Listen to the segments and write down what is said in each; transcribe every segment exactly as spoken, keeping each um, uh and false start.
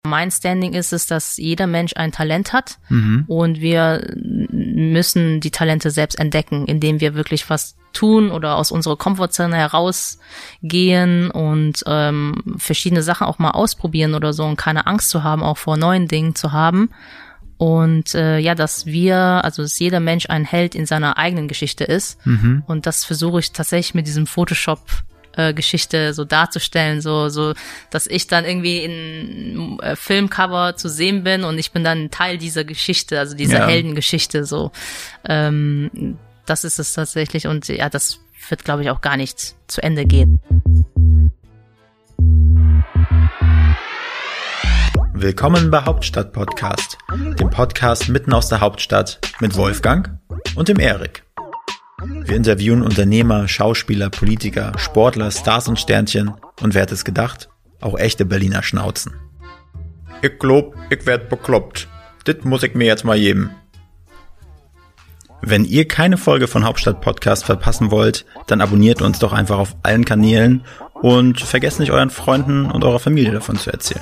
Mein Standing ist es, dass jeder Mensch ein Talent hat mhm. und wir müssen die Talente selbst entdecken, indem wir wirklich was tun oder aus unserer Komfortzone herausgehen und ähm, verschiedene Sachen auch mal ausprobieren oder so und keine Angst zu haben, auch vor neuen Dingen zu haben. Und äh, ja, dass wir, also dass jeder Mensch ein Held in seiner eigenen Geschichte ist. Mhm. Und das versuche ich tatsächlich mit diesem Photoshop äh, Geschichte so darzustellen, so so, dass ich dann irgendwie in äh, Filmcover zu sehen bin und ich bin dann Teil dieser Geschichte, also dieser ja. Heldengeschichte. So, ähm, das ist es tatsächlich. Und ja, das wird, glaube ich, auch gar nicht zu Ende gehen. Willkommen bei Hauptstadt Podcast, dem Podcast mitten aus der Hauptstadt mit Wolfgang und dem Erik. Wir interviewen Unternehmer, Schauspieler, Politiker, Sportler, Stars und Sternchen und wer hätte es gedacht, auch echte Berliner Schnauzen. Ich glaub, ich werd bekloppt. Das muss ich mir jetzt mal geben. Wenn ihr keine Folge von Hauptstadt Podcast verpassen wollt, dann abonniert uns doch einfach auf allen Kanälen und vergesst nicht euren Freunden und eurer Familie davon zu erzählen.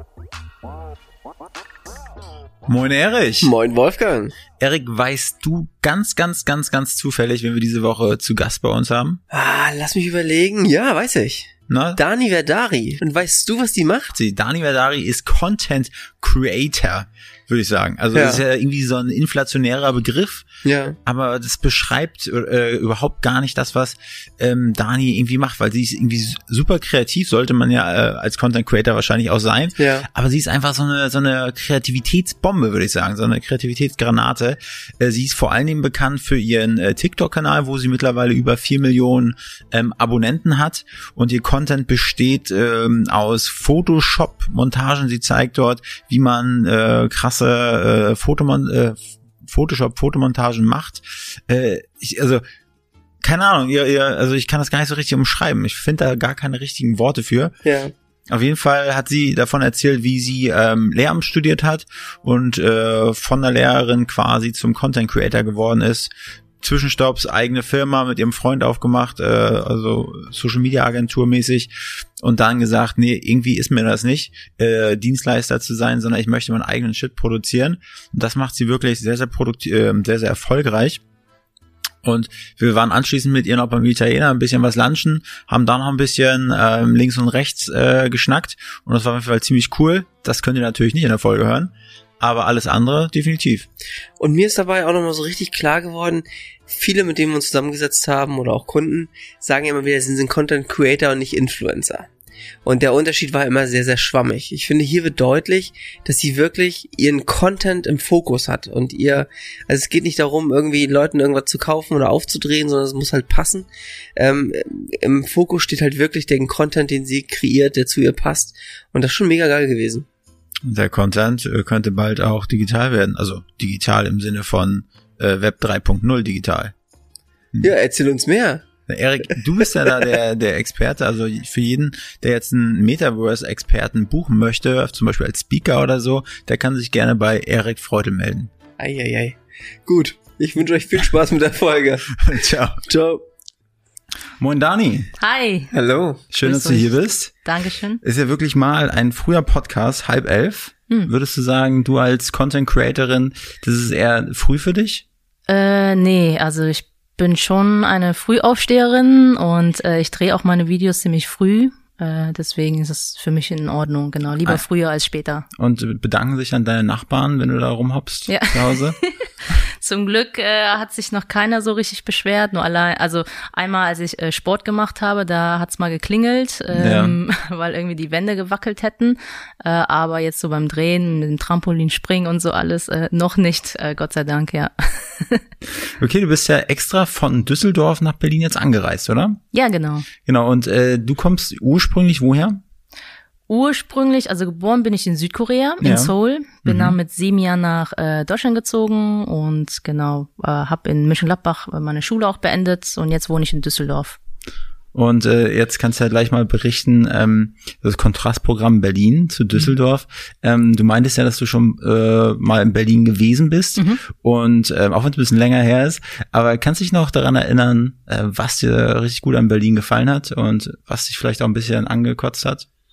Moin Erik. Moin Wolfgang. Erik, weißt du ganz, ganz, ganz, ganz zufällig, wen wir diese Woche zu Gast bei uns haben? Ah, lass mich überlegen. Ja, weiß ich. Na? Dani Verdari. Und weißt du, was die macht? Sie, Dani Verdari ist Content Creator, würde ich sagen. Also ja. das ist ja irgendwie so ein inflationärer Begriff, ja. aber das beschreibt äh, überhaupt gar nicht das, was ähm, Dani irgendwie macht, weil sie ist irgendwie super kreativ, sollte man ja äh, als Content Creator wahrscheinlich auch sein, ja. aber sie ist einfach so eine so eine Kreativitätsbombe, würde ich sagen, so eine Kreativitätsgranate. Äh, sie ist vor allen Dingen bekannt für ihren äh, TikTok-Kanal, wo sie mittlerweile über vier Millionen ähm, Abonnenten hat und ihr Content besteht ähm, aus Photoshop-Montagen. Sie zeigt dort, wie man äh, krasse äh, Fotomon- äh, Photoshop-Fotomontagen macht. Äh, ich, also keine Ahnung, ihr, ihr, also ich kann das gar nicht so richtig umschreiben. Ich finde da gar keine richtigen Worte für. Ja. Auf jeden Fall hat sie davon erzählt, wie sie ähm, Lehramt studiert hat und äh, von der Lehrerin quasi zum Content Creator geworden ist. Zwischenstopps, eigene Firma mit ihrem Freund aufgemacht, äh, also Social Media Agentur mäßig und dann gesagt, nee, irgendwie ist mir das nicht, äh, Dienstleister zu sein, sondern ich möchte meinen eigenen Shit produzieren und das macht sie wirklich sehr, sehr produktiv, äh, sehr, sehr erfolgreich. Und wir waren anschließend mit ihr noch beim Italiener ein bisschen was lunchen, haben da noch ein bisschen ähm, links und rechts äh, geschnackt und das war auf jeden Fall ziemlich cool. Das könnt ihr natürlich nicht in der Folge hören, aber alles andere definitiv. Und mir ist dabei auch nochmal so richtig klar geworden, viele, mit denen wir uns zusammengesetzt haben oder auch Kunden, sagen immer wieder, sie sind Content Creator und nicht Influencer. Und der Unterschied war immer sehr, sehr schwammig. Ich finde, hier wird deutlich, dass sie wirklich ihren Content im Fokus hat und ihr, also es geht nicht darum, irgendwie Leuten irgendwas zu kaufen oder aufzudrehen, sondern es muss halt passen. Ähm, im Fokus steht halt wirklich der Content, den sie kreiert, der zu ihr passt und das ist schon mega geil gewesen. Der Content könnte bald auch digital werden, also digital im Sinne von äh, Web drei Punkt null digital. Hm. Ja, erzähl uns mehr. Erik, du bist ja da der der Experte, also für jeden, der jetzt einen Metaverse-Experten buchen möchte, zum Beispiel als Speaker oder so, der kann sich gerne bei Erik Freude melden. Eieiei. Gut, ich wünsche euch viel Spaß mit der Folge. Ciao. Ciao. Moin Dani. Hi. Hallo. Schön, dass du hier bist. Dankeschön. Ist ja wirklich mal ein früher Podcast, halb elf. Hm. Würdest du sagen, du als Content Creatorin, das ist eher früh für dich? Äh, nee, also ich bin schon eine Frühaufsteherin und äh, ich drehe auch meine Videos ziemlich früh. Äh, deswegen ist es für mich in Ordnung, genau. Lieber ah. früher als später. Und bedanken sich dann deine Nachbarn, wenn du da rumhoppst ja. zu Hause? Zum Glück äh, hat sich noch keiner so richtig beschwert, nur allein, also einmal, als ich äh, Sport gemacht habe, da hat's mal geklingelt, ähm, ja. weil irgendwie die Wände gewackelt hätten, äh, aber jetzt so beim Drehen, mit dem Trampolinspringen und so alles, äh, noch nicht, äh, Gott sei Dank, ja. Okay, du bist ja extra von Düsseldorf nach Berlin jetzt angereist, oder? Ja, genau. Genau, und äh, du kommst ursprünglich woher? Ursprünglich, also geboren bin ich in Südkorea, in ja. Seoul. Bin mhm. dann mit sieben Jahren nach äh, Deutschland gezogen und genau, äh, habe in Mönchengladbach meine Schule auch beendet und jetzt wohne ich in Düsseldorf. Und äh, jetzt kannst du ja gleich mal berichten, ähm, das Kontrastprogramm Berlin zu Düsseldorf. Mhm. Ähm, du meintest ja, dass du schon äh, mal in Berlin gewesen bist mhm. und äh, auch wenn es ein bisschen länger her ist, aber kannst dich noch daran erinnern, äh, was dir richtig gut an Berlin gefallen hat und was dich vielleicht auch ein bisschen angekotzt hat?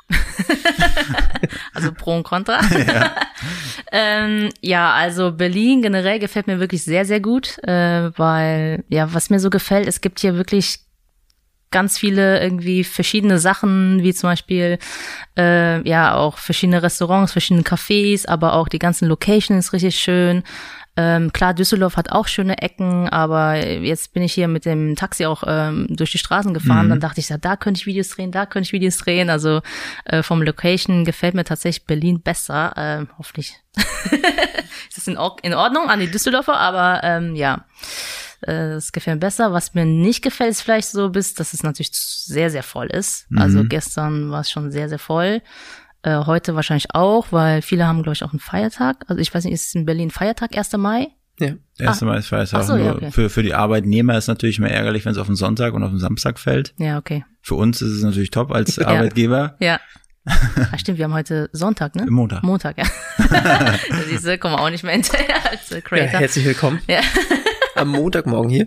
Also Pro und Contra. Ja. ähm, ja, also Berlin generell gefällt mir wirklich sehr, sehr gut, äh, weil, ja, was mir so gefällt, es gibt hier wirklich ganz viele irgendwie verschiedene Sachen, wie zum Beispiel äh, ja auch verschiedene Restaurants, verschiedene Cafés, aber auch die ganzen Locations ist richtig schön. Ähm, klar, Düsseldorf hat auch schöne Ecken, aber jetzt bin ich hier mit dem Taxi auch ähm, durch die Straßen gefahren. Mhm. Dann dachte ich, ja, da könnte ich Videos drehen, da könnte ich Videos drehen. Also äh, vom Location gefällt mir tatsächlich Berlin besser. Ähm, hoffentlich ist das in, in Ordnung an die Düsseldorfer, aber ähm, ja, äh, das gefällt mir besser. Was mir nicht gefällt, ist vielleicht so, bis, dass es natürlich sehr, sehr voll ist. Mhm. Also gestern war es schon sehr, sehr voll. Äh, heute wahrscheinlich auch, weil viele haben, glaube ich, auch einen Feiertag. Also ich weiß nicht, ist es in Berlin Feiertag, erster Mai? Ja, erster Mai ist Feiertag. Ach so, ja, okay. für, für die Arbeitnehmer ist natürlich mehr ärgerlich, wenn es auf den Sonntag und auf den Samstag fällt. Ja, okay. Für uns ist es natürlich top als ja. Arbeitgeber. Ja. Ach stimmt, wir haben heute Sonntag, ne? Montag. Montag, ja. Da siehst du, kommen wir auch nicht mehr hinterher als Creator. Ja, herzlich willkommen. Ja. Am Montagmorgen hier.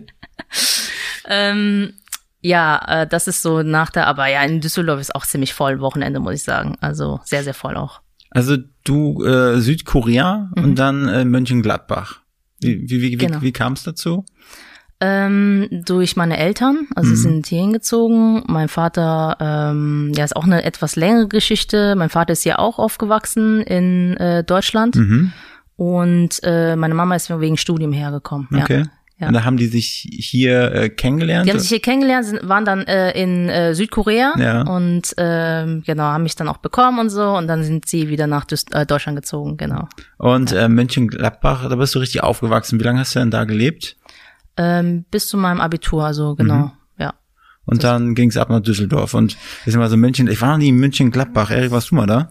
ähm, Ja, äh, das ist so nach der, aber ja, in Düsseldorf ist auch ziemlich voll, Wochenende, muss ich sagen. Also sehr, sehr voll auch. Also du äh, Südkorea mhm. und dann äh, Mönchengladbach. Wie, wie, wie, genau. wie, wie kam es dazu? Ähm, durch meine Eltern, also mhm. sie sind hier hingezogen. Mein Vater, ähm, ja, ist auch eine etwas längere Geschichte. Mein Vater ist hier auch aufgewachsen in äh, Deutschland. Mhm. Und äh, meine Mama ist wegen Studium hergekommen. Okay. Ja. Ja. Und da haben die sich hier äh, kennengelernt? Die haben sich hier kennengelernt, sind, waren dann äh, in äh, Südkorea ja. und äh, genau, haben mich dann auch bekommen und so und dann sind sie wieder nach Düs- äh, Deutschland gezogen, genau. Und ja. äh, Mönchengladbach, da bist du richtig aufgewachsen. Wie lange hast du denn da gelebt? Ähm, bis zu meinem Abitur, also genau, mhm. ja. Und das dann ging es ab nach Düsseldorf und ist immer so München, ich war noch nie in Mönchengladbach. Erik, warst du mal da?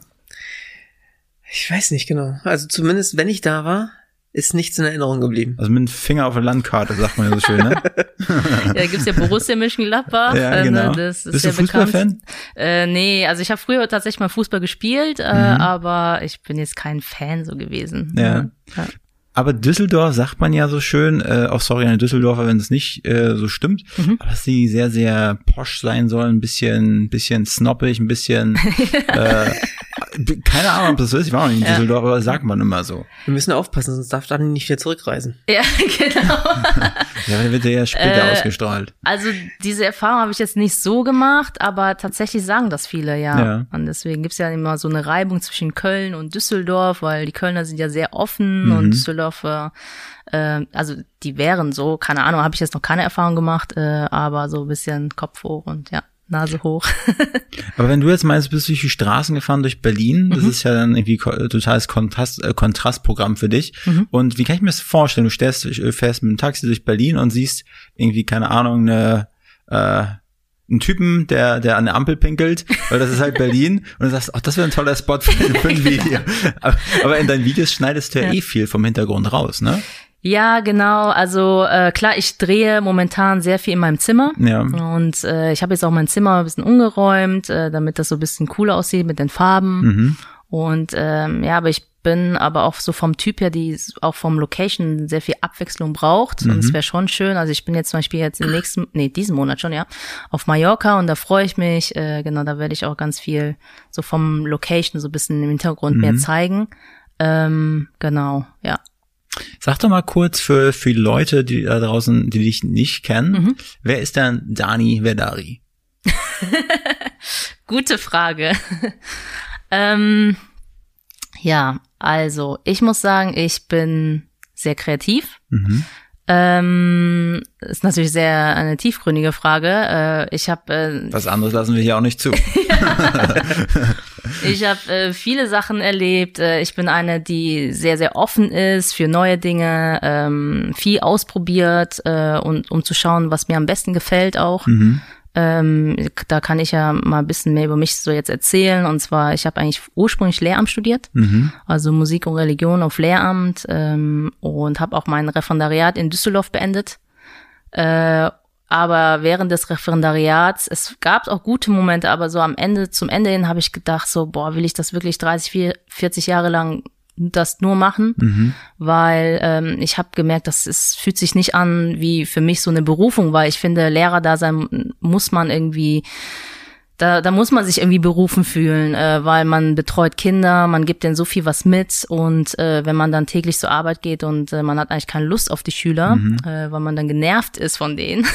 Ich weiß nicht genau. Also zumindest, wenn ich da war, ist nichts in Erinnerung geblieben. Also mit dem Finger auf der Landkarte, sagt man ja so schön, ne? Ja, da gibt's ja Borussia Mönchengladbach. Ja, genau. Äh, das ist Bist ja du Fußballfan? Äh, nee, also ich habe früher tatsächlich mal Fußball gespielt, äh, mhm. aber ich bin jetzt kein Fan so gewesen. Ja. ja. Aber Düsseldorf sagt man ja so schön, äh, auch sorry an die Düsseldorfer, wenn es nicht äh, so stimmt, mhm. aber dass sie sehr, sehr posch sein sollen, ein bisschen, bisschen snobbig, ein bisschen, äh, keine Ahnung, ob das so ist, ich war noch nicht in ja. Düsseldorf, aber das sagt man immer so. Wir müssen aufpassen, sonst darf dann nicht wieder zurückreisen. Ja, genau. Ja, dann wird der ja später äh, ausgestrahlt. Also diese Erfahrung habe ich jetzt nicht so gemacht, aber tatsächlich sagen das viele, ja. ja. Und deswegen gibt's ja immer so eine Reibung zwischen Köln und Düsseldorf, weil die Kölner sind ja sehr offen mhm. und Düsseldorf Äh, also die wären so, keine Ahnung, habe ich jetzt noch keine Erfahrung gemacht, äh, aber so ein bisschen Kopf hoch und ja, Nase hoch. Aber wenn du jetzt meinst, bist du durch die Straßen gefahren durch Berlin, das mhm. ist ja dann irgendwie ko- totales Kontrast, äh, Kontrastprogramm für dich. Mhm. Und wie kann ich mir das vorstellen? Du stellst, fährst mit dem Taxi durch Berlin und siehst irgendwie, keine Ahnung, eine äh, einen Typen, der der an der Ampel pinkelt, weil das ist halt Berlin und du sagst, ach, das wäre ein toller Spot für, für ein Video. Aber, aber in deinen Videos schneidest du ja, ja eh viel vom Hintergrund raus, ne? Ja, genau. Also äh, klar, ich drehe momentan sehr viel in meinem Zimmer ja. und äh, ich habe jetzt auch mein Zimmer ein bisschen umgeräumt, äh, damit das so ein bisschen cooler aussieht mit den Farben. Mhm. Und ähm, ja, aber ich bin aber auch so vom Typ her, die auch vom Location sehr viel Abwechslung braucht. Mhm. Und es wäre schon schön. Also ich bin jetzt zum Beispiel jetzt im nächsten, nee, diesen Monat schon, ja, auf Mallorca und da freue ich mich. Äh, genau, da werde ich auch ganz viel so vom Location so ein bisschen im Hintergrund mhm. mehr zeigen. Ähm, genau, ja. Sag doch mal kurz für für die Leute, die da draußen, die dich nicht kennen, mhm. wer ist denn Dani Verdari? Gute Frage. ähm, ja, also ich muss sagen, ich bin sehr kreativ. Mhm. Ähm, ist natürlich sehr eine tiefgründige Frage. Äh, ich habe äh, was anderes lassen wir hier auch nicht zu. Ich habe äh, viele Sachen erlebt. Äh, ich bin eine, die sehr, sehr offen ist für neue Dinge, ähm, viel ausprobiert äh, und um zu schauen, was mir am besten gefällt auch. Mhm. Ähm, da kann ich ja mal ein bisschen mehr über mich so jetzt erzählen. Und zwar, ich habe eigentlich ursprünglich Lehramt studiert, mhm. also Musik und Religion auf Lehramt ähm, und habe auch mein Referendariat in Düsseldorf beendet. Äh, aber während des Referendariats, es gab auch gute Momente, aber so am Ende, zum Ende hin habe ich gedacht so, boah, will ich das wirklich dreißig, vierzig Jahre lang das nur machen, mhm. weil ähm, ich habe gemerkt, dass es fühlt sich nicht an wie für mich so eine Berufung, weil ich finde, Lehrer da sein muss man irgendwie Da, da muss man sich irgendwie berufen fühlen, äh, weil man betreut Kinder, man gibt denen so viel was mit und äh, wenn man dann täglich zur Arbeit geht und äh, man hat eigentlich keine Lust auf die Schüler, mhm. äh, weil man dann genervt ist von denen,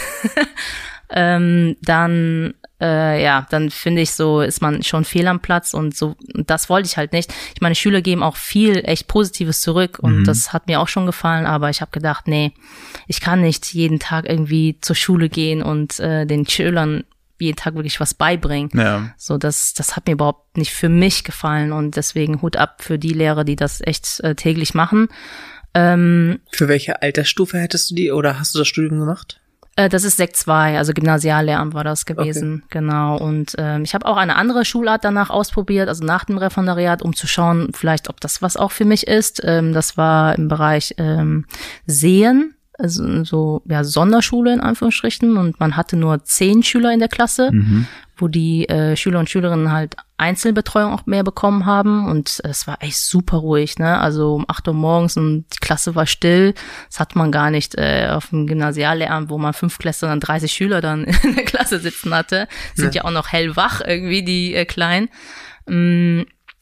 ähm, dann äh, ja, dann finde ich so, ist man schon fehl am Platz und so, und das wollte ich halt nicht. Ich meine, Schüler geben auch viel echt Positives zurück und mhm. das hat mir auch schon gefallen, aber ich habe gedacht, nee, ich kann nicht jeden Tag irgendwie zur Schule gehen und äh, den Schülern jeden Tag wirklich was beibringen. Ja. So, das, das hat mir überhaupt nicht für mich gefallen und deswegen Hut ab für die Lehrer, die das echt äh, täglich machen. Ähm, für welche Altersstufe hättest du die oder hast du das Studium gemacht? Äh, das ist Sek zwei, also Gymnasiallehramt war das gewesen, okay. Genau. Und ähm, ich habe auch eine andere Schulart danach ausprobiert, also nach dem Referendariat, um zu schauen, vielleicht, ob das was auch für mich ist. Ähm, das war im Bereich ähm, Sehen. Also so ja Sonderschule in Anführungsstrichen und man hatte nur zehn Schüler in der Klasse, mhm. wo die äh, Schüler und Schülerinnen halt Einzelbetreuung auch mehr bekommen haben und es war echt super ruhig, ne? Also um acht Uhr morgens und die Klasse war still. Das hat man gar nicht äh, auf dem Gymnasiallehramt, wo man fünf Klässler dann dreißig Schüler dann in der Klasse sitzen hatte. Sind ja, ja auch noch hellwach irgendwie, die äh, Kleinen. Mm.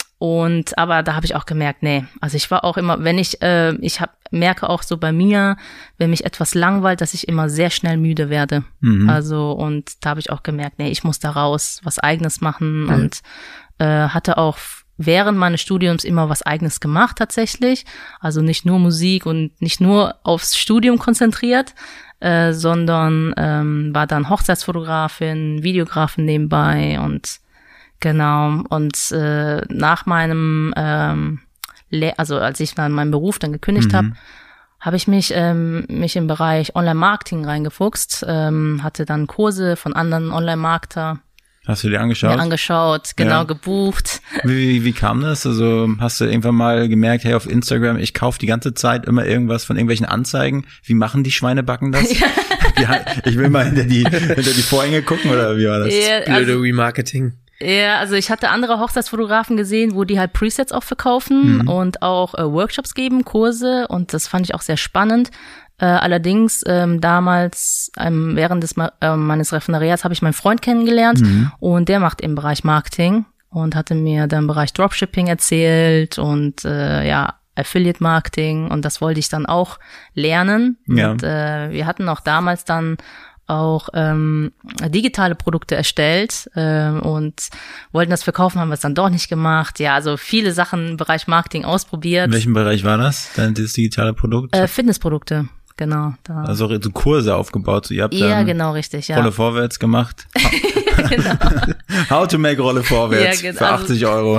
Und aber da habe ich auch gemerkt, nee, also ich war auch immer, wenn ich, äh, ich hab, merke auch so bei mir, wenn mich etwas langweilt, dass ich immer sehr schnell müde werde. Mhm. Also und da habe ich auch gemerkt, nee, ich muss da raus, was Eigenes machen mhm. und äh, hatte auch während meines Studiums immer was Eigenes gemacht tatsächlich. Also nicht nur Musik und nicht nur aufs Studium konzentriert, äh, sondern ähm, war dann Hochzeitsfotografin, Videografin nebenbei und genau, und äh, nach meinem, ähm, Le- also als ich dann meinen Beruf dann gekündigt mhm. habe, habe ich mich ähm, mich im Bereich Online-Marketing reingefuchst, ähm, hatte dann Kurse von anderen Online-Marketer. Hast du dir angeschaut? Mir angeschaut, genau, ja. gebucht. Wie, wie, wie kam das? Also hast du irgendwann mal gemerkt, hey, auf Instagram, ich kaufe die ganze Zeit immer irgendwas von irgendwelchen Anzeigen. Wie machen die Schweinebacken das? Ja. Ich will mal hinter die, hinter die Vorhänge gucken, oder wie war das? Ja, also, blöde Remarketing. Ja, also ich hatte andere Hochzeitsfotografen gesehen, wo die halt Presets auch verkaufen mhm. und auch äh, Workshops geben, Kurse und das fand ich auch sehr spannend. Äh, allerdings ähm, damals ähm, während des äh, meines Referendariats habe ich meinen Freund kennengelernt mhm. und der macht im Bereich Marketing und hatte mir dann im Bereich Dropshipping erzählt und äh, ja Affiliate Marketing und das wollte ich dann auch lernen. Ja. Und äh, wir hatten auch damals dann auch ähm, digitale Produkte erstellt äh, und wollten das verkaufen, haben wir es dann doch nicht gemacht. Ja, also viele Sachen im Bereich Marketing ausprobiert. In welchem Bereich war das, dann dieses digitale Produkt? Äh, Fitnessprodukte, genau. Da. Also so Kurse aufgebaut. So, ihr habt ja, dann genau, richtig. Ja. Rolle vorwärts gemacht. Genau. How to make Rolle vorwärts ja, genau. für achtzig Euro.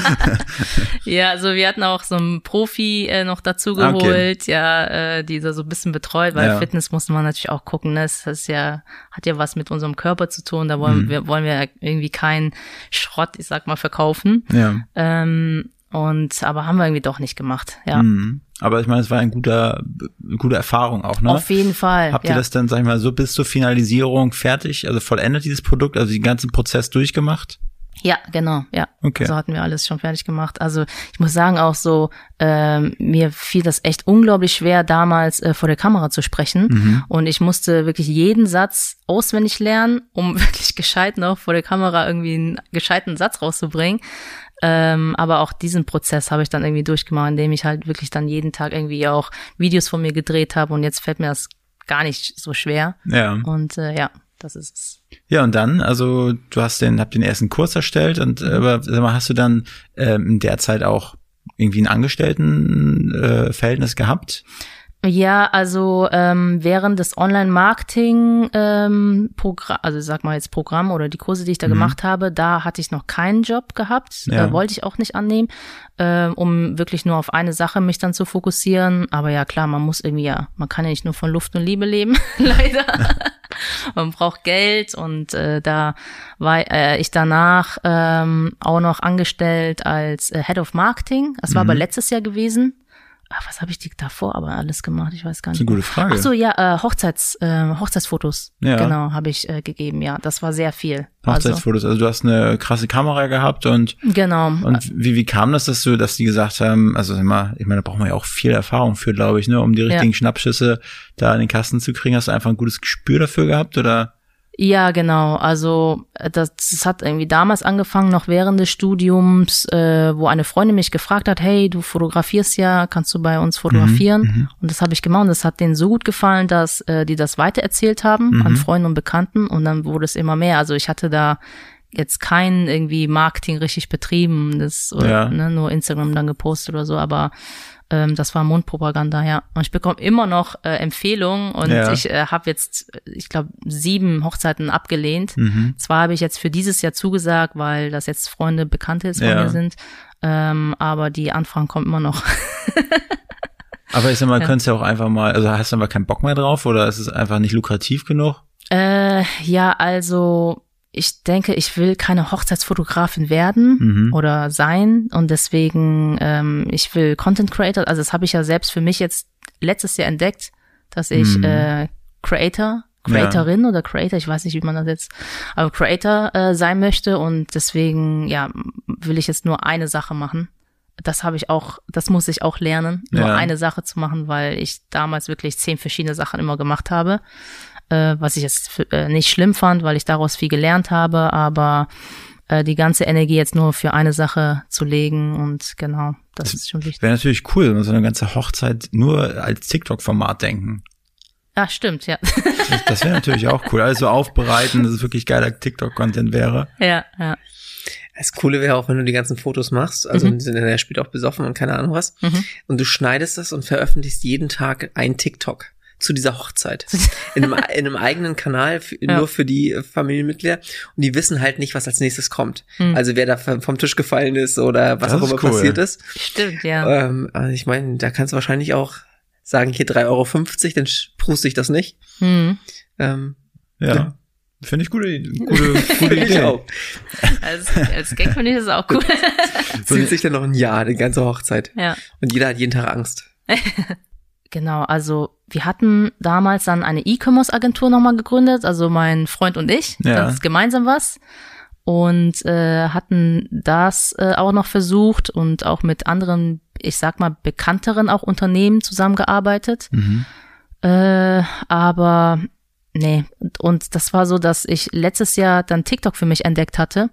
Ja, also wir hatten auch so einen Profi äh, noch dazu geholt, okay. ja, äh, die da so ein bisschen betreut, weil ja. Fitness musste man natürlich auch gucken, ne? Das ist ja, hat ja was mit unserem Körper zu tun, da wollen, mhm. wir, wollen wir irgendwie keinen Schrott, ich sag mal, verkaufen. Ja. Ähm, und, aber haben wir irgendwie doch nicht gemacht, ja. Mhm. Aber ich meine, es war ein guter, eine gute Erfahrung auch, ne? Auf jeden Fall. Habt ihr ja. das dann, sag ich mal, so bis zur Finalisierung fertig, also vollendet dieses Produkt, also den ganzen Prozess durchgemacht? Ja, genau, ja. Okay. So hatten wir alles schon fertig gemacht. Also ich muss sagen auch so, ähm, mir fiel das echt unglaublich schwer, damals äh, vor der Kamera zu sprechen. Mhm. Und ich musste wirklich jeden Satz auswendig lernen, um wirklich gescheit noch vor der Kamera irgendwie einen gescheiten Satz rauszubringen. Ähm, aber auch diesen Prozess habe ich dann irgendwie durchgemacht, indem ich halt wirklich dann jeden Tag irgendwie auch Videos von mir gedreht habe und jetzt fällt mir das gar nicht so schwer. Ja. Und äh, ja, das ist es. Ja, und dann, also du hast den, habt den ersten Kurs erstellt und äh, aber sag mal, hast du dann ähm, in der Zeit auch irgendwie ein Angestelltenverhältnis äh, gehabt? Ja, also ähm, während des Online-Marketing ähm, Programm, also sag mal jetzt Programm oder die Kurse, die ich da mhm. gemacht habe, da hatte ich noch keinen Job gehabt, ja. äh, wollte ich auch nicht annehmen, äh, um wirklich nur auf eine Sache mich dann zu fokussieren. Aber ja klar, man muss irgendwie ja, man kann ja nicht nur von Luft und Liebe leben, leider. Man braucht Geld und äh, da war äh, ich danach ähm, auch noch angestellt als äh, Head of Marketing. Das war mhm. aber letztes Jahr gewesen. Ach, was habe ich die davor aber alles gemacht? Ich weiß gar nicht. Das ist eine gute Frage. Ach so, ja, äh, Hochzeits, äh, Hochzeitsfotos. Ja. Genau, habe ich äh, gegeben, ja. Das war sehr viel. Hochzeitsfotos, also, also du hast eine krasse Kamera gehabt und genau. Und wie wie kam das, dass du, dass die gesagt haben, also immer, ich meine, da braucht man ja auch viel Erfahrung für, glaube ich, ne, um die richtigen ja. Schnappschüsse da in den Kasten zu kriegen. Hast du einfach ein gutes Gespür dafür gehabt oder? Ja, genau. Also das, das hat irgendwie damals angefangen, noch während des Studiums, äh, wo eine Freundin mich gefragt hat, hey, du fotografierst ja, kannst du bei uns fotografieren? Mhm. Und das habe ich gemacht und das hat denen so gut gefallen, dass äh, die das weitererzählt haben Mhm. an Freunden und Bekannten und dann wurde es immer mehr. Also ich hatte da jetzt kein irgendwie Marketing richtig betrieben, das oder, Ja. ne, nur Instagram dann gepostet oder so, aber ähm, das war Mundpropaganda, ja. Und ich bekomme immer noch äh, Empfehlungen und Ja. ich äh, habe jetzt, ich glaube, sieben Hochzeiten abgelehnt. Mhm. Zwar habe ich jetzt für dieses Jahr zugesagt, weil das jetzt Freunde, Bekannte jetzt von Ja. mir sind, ähm, aber die Anfragen kommen immer noch. Aber ich sag mal, Ja. könntest du auch einfach mal, also hast du aber keinen Bock mehr drauf oder ist es einfach nicht lukrativ genug? Äh, ja, also ich denke, ich will keine Hochzeitsfotografin werden Mhm. oder sein und deswegen, ähm, ich will Content Creator, also das habe ich ja selbst für mich jetzt letztes Jahr entdeckt, dass ich Mhm. äh, Creator, Creatorin oder Creator, ich weiß nicht, wie man das jetzt, aber Creator äh, sein möchte und deswegen, ja, will ich jetzt nur eine Sache machen. Das habe ich auch, das muss ich auch lernen, nur Ja. eine Sache zu machen, weil ich damals wirklich zehn verschiedene Sachen immer gemacht habe. Äh, was ich jetzt für, äh, nicht schlimm fand, weil ich daraus viel gelernt habe, aber äh, die ganze Energie jetzt nur für eine Sache zu legen und genau, das ist schon wichtig. Wäre natürlich cool, wenn wir so eine ganze Hochzeit nur als TikTok-Format denken. Ah, stimmt, ja. Das, das wäre natürlich auch cool. Alles so aufbereiten, dass es wirklich geiler TikTok-Content wäre. ja, ja. Das Coole wäre auch, wenn du die ganzen Fotos machst, also Mhm. der spielt auch besoffen und keine Ahnung was, Mhm. und du schneidest es und veröffentlichst jeden Tag ein TikTok zu dieser Hochzeit. In einem, in einem eigenen Kanal, für, Ja. nur für die äh, Familienmitglieder. Und die wissen halt nicht, was als nächstes kommt. Mhm. Also wer da vom vom Tisch gefallen ist oder was Das auch ist immer cool. passiert ist. Stimmt, ja. Ähm, also ich meine, da kannst du wahrscheinlich auch sagen, hier drei Euro fünfzig, dann pruste ich das nicht. Hm. Ähm, Ja. Ja. Finde ich gute, gute, gute Finde ich Idee. auch. Als, als Gag finde ich das auch cool. Zieht sich dann noch ein Jahr, die ganze Hochzeit. ja. Und jeder hat jeden Tag Angst. Genau, also wir hatten damals dann eine E-Commerce-Agentur nochmal gegründet, also mein Freund und ich, Ja. das ist gemeinsam was und äh, hatten das äh, auch noch versucht und auch mit anderen, ich sag mal, bekannteren auch Unternehmen zusammengearbeitet, Mhm. äh, aber nee, und, und das war so, dass ich letztes Jahr dann TikTok für mich entdeckt hatte.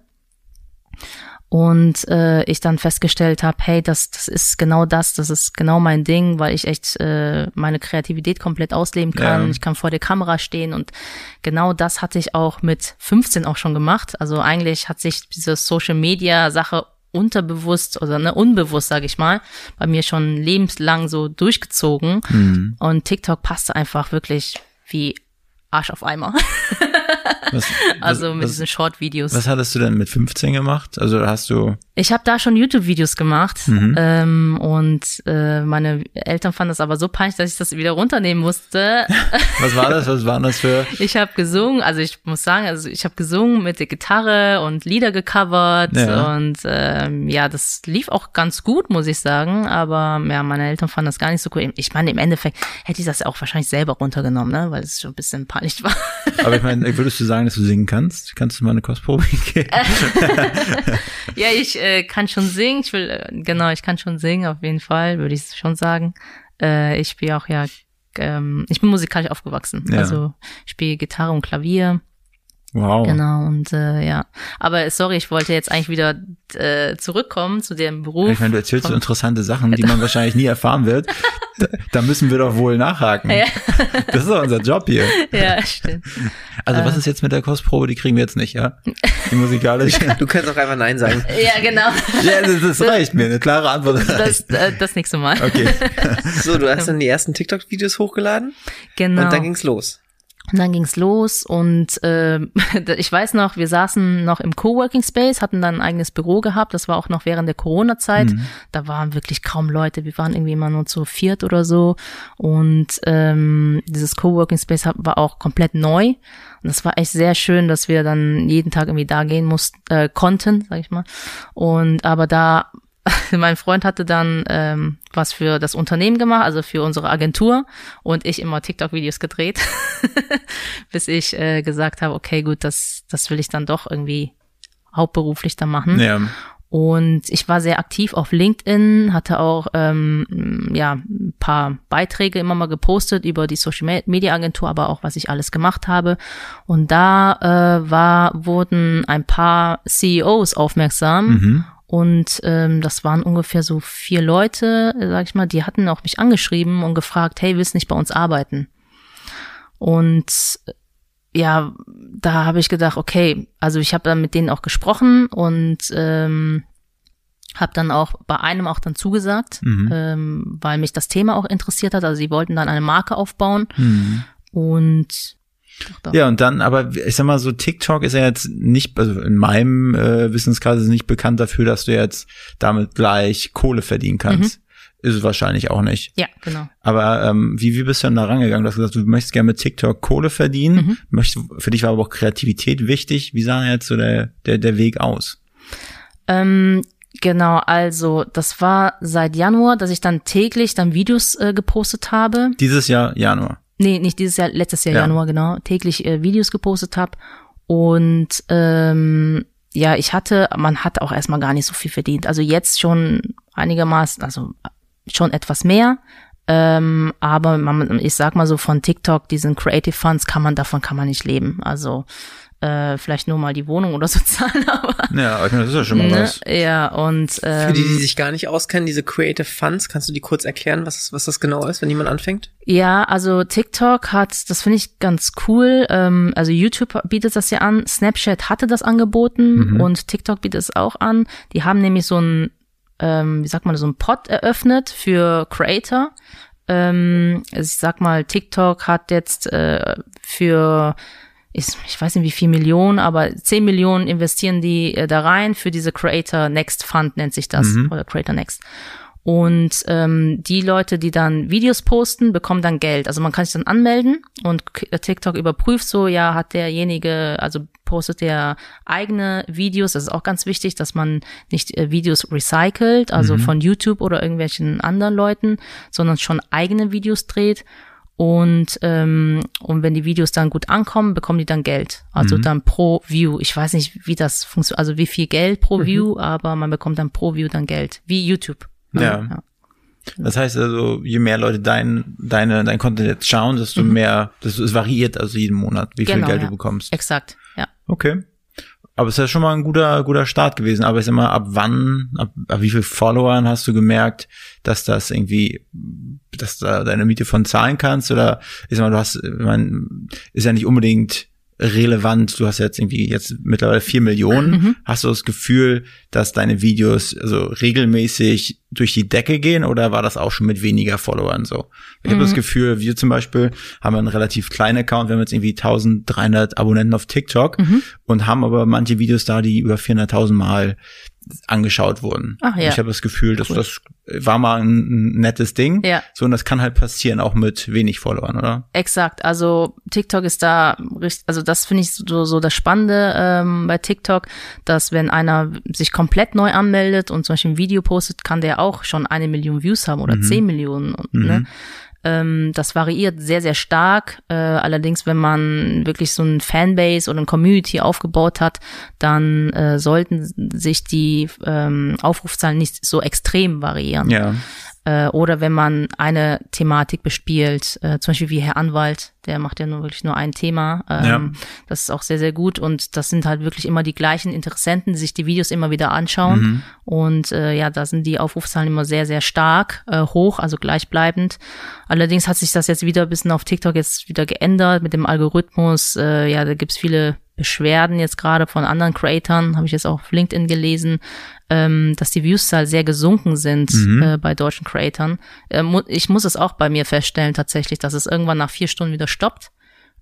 Und äh, ich dann festgestellt habe, hey, das das ist genau das, das ist genau mein Ding, weil ich echt äh, meine Kreativität komplett ausleben kann. Ja. Ich kann vor der Kamera stehen und genau das hatte ich auch mit fünfzehn auch schon gemacht. Also eigentlich hat sich diese Social-Media-Sache unterbewusst oder ne, unbewusst, sage ich mal, bei mir schon lebenslang so durchgezogen. Mhm. Und TikTok passte einfach wirklich wie Arsch auf Eimer. Was, Also mit was, diesen Short-Videos. was hattest du denn mit fünfzehn gemacht? Also hast du, Ich habe da schon YouTube-Videos gemacht Mhm. ähm, und äh, meine Eltern fanden das aber so peinlich, dass ich das wieder runternehmen musste. was war das? Was waren das für? Ich habe gesungen, also ich muss sagen, also ich habe gesungen mit der Gitarre und Lieder gecovert Ja. und ähm, ja, das lief auch ganz gut, muss ich sagen, aber ja, meine Eltern fanden das gar nicht so cool. Ich meine, im Endeffekt hätte ich das ja auch wahrscheinlich selber runtergenommen, ne, weil es schon ein bisschen peinlich war. Aber ich meine, würdest du sagen, dass du singen kannst? Kannst du mal eine Kostprobe geben? Ja, ich äh, kann schon singen. Ich will, äh, genau, ich kann schon singen, auf jeden Fall, würde ich schon sagen. Äh, ich spiele auch ja, ähm, ich bin musikalisch aufgewachsen. Ja. Also ich spiele Gitarre und Klavier. Wow. Genau, und äh, ja. Aber sorry, ich wollte jetzt eigentlich wieder äh, zurückkommen zu dem Beruf. Ich meine, du erzählst so interessante Sachen, die man wahrscheinlich nie erfahren wird. Da, da müssen wir doch wohl nachhaken. Ja. Das ist doch unser Job hier. Ja, stimmt. Also was ist jetzt mit der Kostprobe? Die kriegen wir jetzt nicht, ja? Die musikalische. Du kannst auch einfach Nein sagen. Ja, genau. Ja, das, das reicht mir. Eine klare Antwort reicht. Das, äh, das nächste Mal. Okay. So, du hast dann die ersten TikTok-Videos hochgeladen Genau. und dann ging's los. Und dann ging's los und äh, ich weiß noch, wir saßen noch im Coworking Space, hatten dann ein eigenes Büro gehabt, das war auch noch während der Corona-Zeit, Mhm. da waren wirklich kaum Leute, wir waren irgendwie immer nur zu viert oder so und ähm, dieses Coworking Space war auch komplett neu und das war echt sehr schön, dass wir dann jeden Tag irgendwie da gehen mussten, äh, konnten, sag ich mal, und aber da mein Freund hatte dann ähm, was für das Unternehmen gemacht, also für unsere Agentur und ich immer TikTok-Videos gedreht, bis ich äh, gesagt habe, okay, gut, das das will ich dann doch irgendwie hauptberuflich dann machen. Ja. Und ich war sehr aktiv auf LinkedIn, hatte auch ähm, ja ein paar Beiträge immer mal gepostet über die Social Media Agentur, aber auch was ich alles gemacht habe. Und da äh, war wurden ein paar C E Os aufmerksam. Mhm. Und ähm, das waren ungefähr so vier Leute, sag ich mal, die hatten auch mich angeschrieben und gefragt, hey, willst du nicht bei uns arbeiten? Und ja, da habe ich gedacht, okay, also ich habe dann mit denen auch gesprochen und ähm, habe dann auch bei einem auch dann zugesagt, mhm. ähm, weil mich das Thema auch interessiert hat. Also sie wollten dann eine Marke aufbauen mhm. und ja, und dann, aber ich sag mal so, TikTok ist ja jetzt nicht, also in meinem äh, Wissenskreis ist nicht bekannt dafür, dass du jetzt damit gleich Kohle verdienen kannst. Mhm. Ist es wahrscheinlich auch nicht. Ja, genau. Aber ähm, wie, wie bist du denn da rangegangen? Du hast gesagt, du möchtest gerne mit TikTok Kohle verdienen. Mhm. Möchtest, für dich war aber auch Kreativität wichtig. Wie sah jetzt so der, der, der Weg aus? Ähm, genau, also das war seit Januar, dass ich dann täglich dann Videos äh, gepostet habe. Dieses Jahr Januar? Nee, nicht dieses Jahr, letztes Jahr ja. Januar, genau. Täglich äh, Videos gepostet habe. Und ähm, ja, ich hatte, man hat auch erstmal gar nicht so viel verdient. Also jetzt schon einigermaßen, also schon etwas mehr, ähm, aber man, ich sag mal so von TikTok, diesen Creative Funds kann man, davon kann man nicht leben, also äh, vielleicht nur mal die Wohnung oder so zahlen, aber ja, das ist ja schon mal ne? was. Ja, und ähm, für die, die sich gar nicht auskennen, diese Creative Funds, kannst du die kurz erklären, was, was das genau ist, wenn jemand anfängt? Ja, also TikTok hat, das finde ich ganz cool, ähm, also YouTube bietet das ja an, Snapchat hatte das angeboten mhm. und TikTok bietet es auch an, die haben nämlich so ein Ähm, wie sagt man, so ein Pod eröffnet für Creator. Ähm, also ich sag mal, TikTok hat jetzt äh, für, ich, ich weiß nicht wie viel Millionen, aber zehn Millionen investieren die äh, da rein für diese Creator Next Fund nennt sich das, mhm. oder Creator Next. Und ähm, die Leute, die dann Videos posten, bekommen dann Geld. Also man kann sich dann anmelden und TikTok überprüft so, ja, hat derjenige, also postet der eigene Videos. Das ist auch ganz wichtig, dass man nicht äh, Videos recycelt, also mhm. von YouTube oder irgendwelchen anderen Leuten, sondern schon eigene Videos dreht. Und ähm, und wenn die Videos dann gut ankommen, bekommen die dann Geld. Also mhm. dann pro View. Ich weiß nicht, wie das funktioniert, also wie viel Geld pro mhm. View, aber man bekommt dann pro View dann Geld, wie YouTube. Ja. ja. Das heißt also, je mehr Leute dein, deine, dein Content jetzt schauen, desto mhm. mehr, das es variiert also jeden Monat, wie genau, viel Geld ja. du bekommst. Exakt, ja. Okay. Aber es ist ja schon mal ein guter, guter Start gewesen. Aber ich sag mal, ab wann, ab, ab wie viel Followern hast du gemerkt, dass das irgendwie, dass du da deine Miete von zahlen kannst? Oder ich sag mal, du hast, ich meine, ist ja nicht unbedingt relevant, du hast jetzt irgendwie jetzt mittlerweile vier Millionen, mhm. hast du das Gefühl, dass deine Videos also regelmäßig durch die Decke gehen oder war das auch schon mit weniger Followern so? Ich mhm. habe das Gefühl, wir zum Beispiel haben einen relativ kleinen Account, wir haben jetzt irgendwie eintausenddreihundert Abonnenten auf TikTok mhm. und haben aber manche Videos da, die über vierhunderttausend Mal angeschaut wurden. Ach, ja. Ich habe das Gefühl, dass cool. das war mal ein nettes Ding. Ja. So, und das kann halt passieren, auch mit wenig Followern, oder? Exakt. Also TikTok ist da, also das finde ich so, so das Spannende ähm, bei TikTok, dass wenn einer sich komplett neu anmeldet und zum Beispiel ein Video postet, kann der auch schon eine Million Views haben oder mhm. zehn Millionen. Mhm. Ne? Ähm, das variiert sehr, sehr stark. Äh, allerdings, wenn man wirklich so ein Fanbase oder ein Community aufgebaut hat, dann äh, sollten sich die ähm, Aufrufzahlen nicht so extrem variieren. Ja. Äh, oder wenn man eine Thematik bespielt, äh, zum Beispiel wie Herr Anwalt, der macht ja nur wirklich nur ein Thema. Ähm, ja. Das ist auch sehr, sehr gut und das sind halt wirklich immer die gleichen Interessenten, die sich die Videos immer wieder anschauen. Mhm. Und äh, ja, da sind die Aufrufzahlen immer sehr, sehr stark äh, hoch, also gleichbleibend. Allerdings hat sich das jetzt wieder ein bisschen auf TikTok jetzt wieder geändert mit dem Algorithmus. Äh, ja, da gibt's viele Beschwerden jetzt gerade von anderen Creatoren, habe ich jetzt auch auf LinkedIn gelesen, ähm, dass die Viewszahl sehr gesunken sind mhm. äh, bei deutschen Creatoren. Äh, mu- ich muss es auch bei mir feststellen tatsächlich, dass es irgendwann nach vier Stunden wieder stoppt.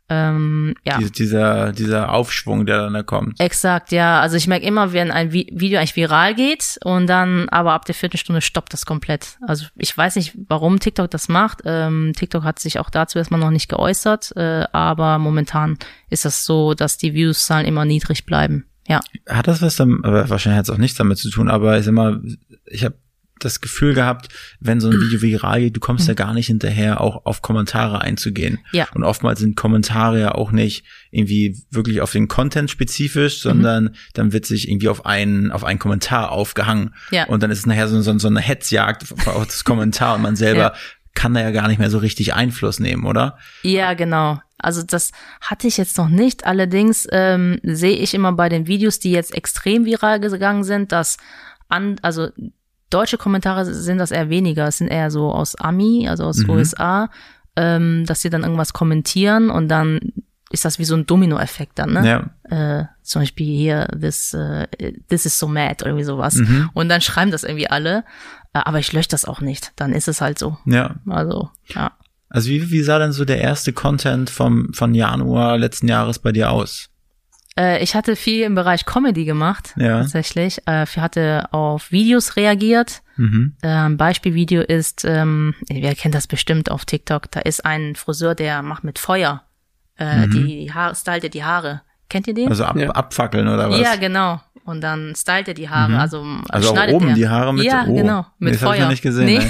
Ähm, ja. Dies, dieser, dieser Aufschwung, der dann da kommt. Exakt, ja. Also ich merke immer, wenn ein Vi- Video eigentlich viral geht und dann aber ab der vierten Stunde stoppt das komplett. Also ich weiß nicht, warum TikTok das macht. Ähm, TikTok hat sich auch dazu erstmal noch nicht geäußert, äh, aber momentan ist das so, dass die Viewszahlen immer niedrig bleiben. Ja. Hat das was damit, aber wahrscheinlich hat es auch nichts damit zu tun, aber ich sag mal, ich habe das Gefühl gehabt, wenn so ein Video viral geht, du kommst ja gar nicht hinterher, auch auf Kommentare einzugehen. Ja. Und oftmals sind Kommentare ja auch nicht irgendwie wirklich auf den Content spezifisch, sondern mhm. dann wird sich irgendwie auf einen auf einen Kommentar aufgehangen. Ja. Und dann ist es nachher so, so, so eine Hetzjagd auf das Kommentar und man selber ja. kann da ja gar nicht mehr so richtig Einfluss nehmen, oder? Ja, genau. Also das hatte ich jetzt noch nicht. Allerdings ähm, sehe ich immer bei den Videos, die jetzt extrem viral gegangen sind, dass an, also deutsche Kommentare sind das eher weniger. Es sind eher so aus Ami, also aus mhm. U S A, ähm, dass sie dann irgendwas kommentieren und dann ist das wie so ein Domino-Effekt dann, ne? Ja. Äh, zum Beispiel hier, this, uh, this is so mad oder irgendwie sowas. Mhm. Und dann schreiben das irgendwie alle. Äh, aber ich lösche das auch nicht. Dann ist es halt so. Ja. Also, ja. Also wie, wie sah denn so der erste Content vom, von Januar letzten Jahres bei dir aus? Äh, ich hatte viel im Bereich Comedy gemacht, ja. tatsächlich. Äh, ich hatte auf Videos reagiert. Mhm. Äh, ein Beispielvideo ist, ähm, wer kennt das bestimmt auf TikTok, da ist ein Friseur, der macht mit Feuer äh, mhm. die Haare, stylt die Haare. Kennt ihr den? Also ab, ja. abfackeln oder was? Ja, genau. Und dann stylt er die Haare. Mhm. Also, also auch oben der. die Haare mit Ja, oh. genau. Mit nee, das Feuer. Das habe ich noch nicht gesehen. Nee. Ey.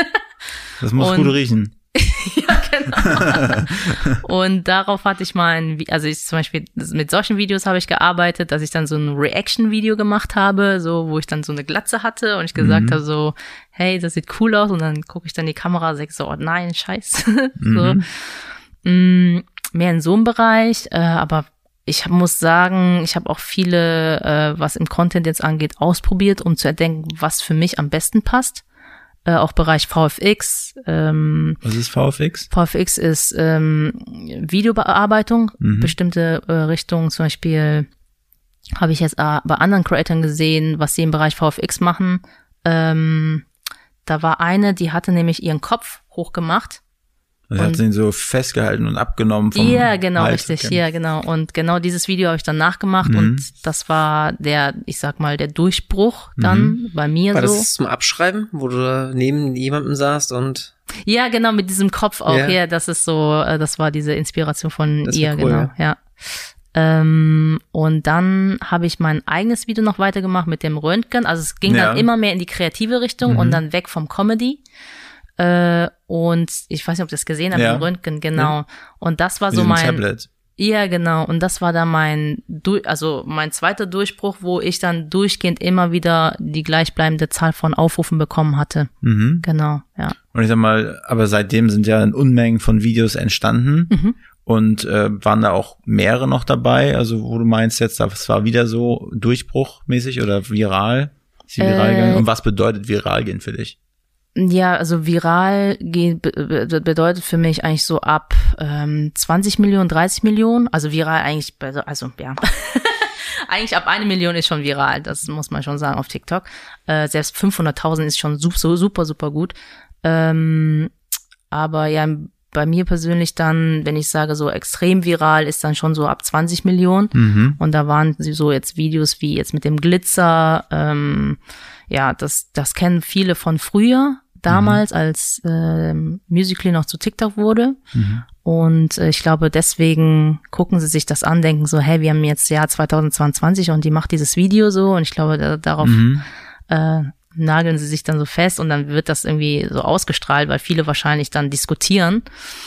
Das muss und, gut riechen. Ja, genau. Und darauf hatte ich mal ein, also ich zum Beispiel mit solchen Videos habe ich gearbeitet, dass ich dann so ein Reaction-Video gemacht habe, so wo ich dann so eine Glatze hatte und ich gesagt mhm. habe so, hey, das sieht cool aus und dann gucke ich dann in die Kamera und sage so, oh nein, scheiße. so. Mhm. Mm, mehr in so einem Bereich, äh, aber ich hab, muss sagen, ich habe auch viele, äh, was im Content jetzt angeht, ausprobiert, um zu erdenken, was für mich am besten passt. Äh, auch Bereich V F X. Ähm, Was ist V F X? V F X ist ähm, Videobearbeitung, mhm. bestimmte äh, Richtungen. Zum Beispiel habe ich jetzt äh, bei anderen Creatoren gesehen, was sie im Bereich V F X machen. Ähm, da war eine, die hatte nämlich ihren Kopf hochgemacht. Also hat sie ihn so festgehalten und abgenommen vom Ja, genau, Hals. richtig, Okay. ja, genau. Und genau dieses Video habe ich dann nachgemacht mhm. und das war der, ich sag mal, der Durchbruch dann mhm. bei mir war so. War das zum Abschreiben, wo du neben jemandem saßt und Ja, genau, mit diesem Kopf auch, ja, ja das ist so, das war diese Inspiration von das ihr, cool, genau, ja. ja. Ähm, und dann habe ich mein eigenes Video noch weitergemacht mit dem Röntgen, also es ging ja. dann immer mehr in die kreative Richtung mhm. und dann weg vom Comedy. Äh, und ich weiß nicht, ob ihr das gesehen habt, ja. im Röntgen, genau. Ja. Und das war Wie so mein Tablet. Ja, genau. Und das war dann mein, also mein zweiter Durchbruch, wo ich dann durchgehend immer wieder die gleichbleibende Zahl von Aufrufen bekommen hatte. Mhm. Genau, ja. Und ich sag mal, aber seitdem sind ja Unmengen von Videos entstanden. Mhm. Und äh, waren da auch mehrere noch dabei? Also wo du meinst jetzt, das war wieder so durchbruchmäßig oder viral? Ist sie viral äh, gegangen? Und was bedeutet viral gehen für dich? Ja, also viral geht, be- bedeutet für mich eigentlich so ab ähm, zwanzig Millionen, dreißig Millionen. Also viral eigentlich, also ja, eigentlich ab eine Million ist schon viral. Das muss man schon sagen auf TikTok. Äh, selbst fünfhunderttausend ist schon super, super, super gut. Ähm, aber ja, bei mir persönlich dann, wenn ich sage so extrem viral, ist dann schon so ab zwanzig Millionen. Mhm. Und da waren so jetzt Videos wie jetzt mit dem Glitzer. Ähm, ja, das das kennen viele von früher, damals, mhm. als äh, Musical.ly noch zu TikTok wurde. Mhm. Und äh, ich glaube, deswegen gucken sie sich das an, denken so, hey, wir haben jetzt Jahr zweitausendzweiundzwanzig und die macht dieses Video so. Und ich glaube, da, darauf mhm. äh, nageln sie sich dann so fest und dann wird das irgendwie so ausgestrahlt, weil viele wahrscheinlich dann diskutieren.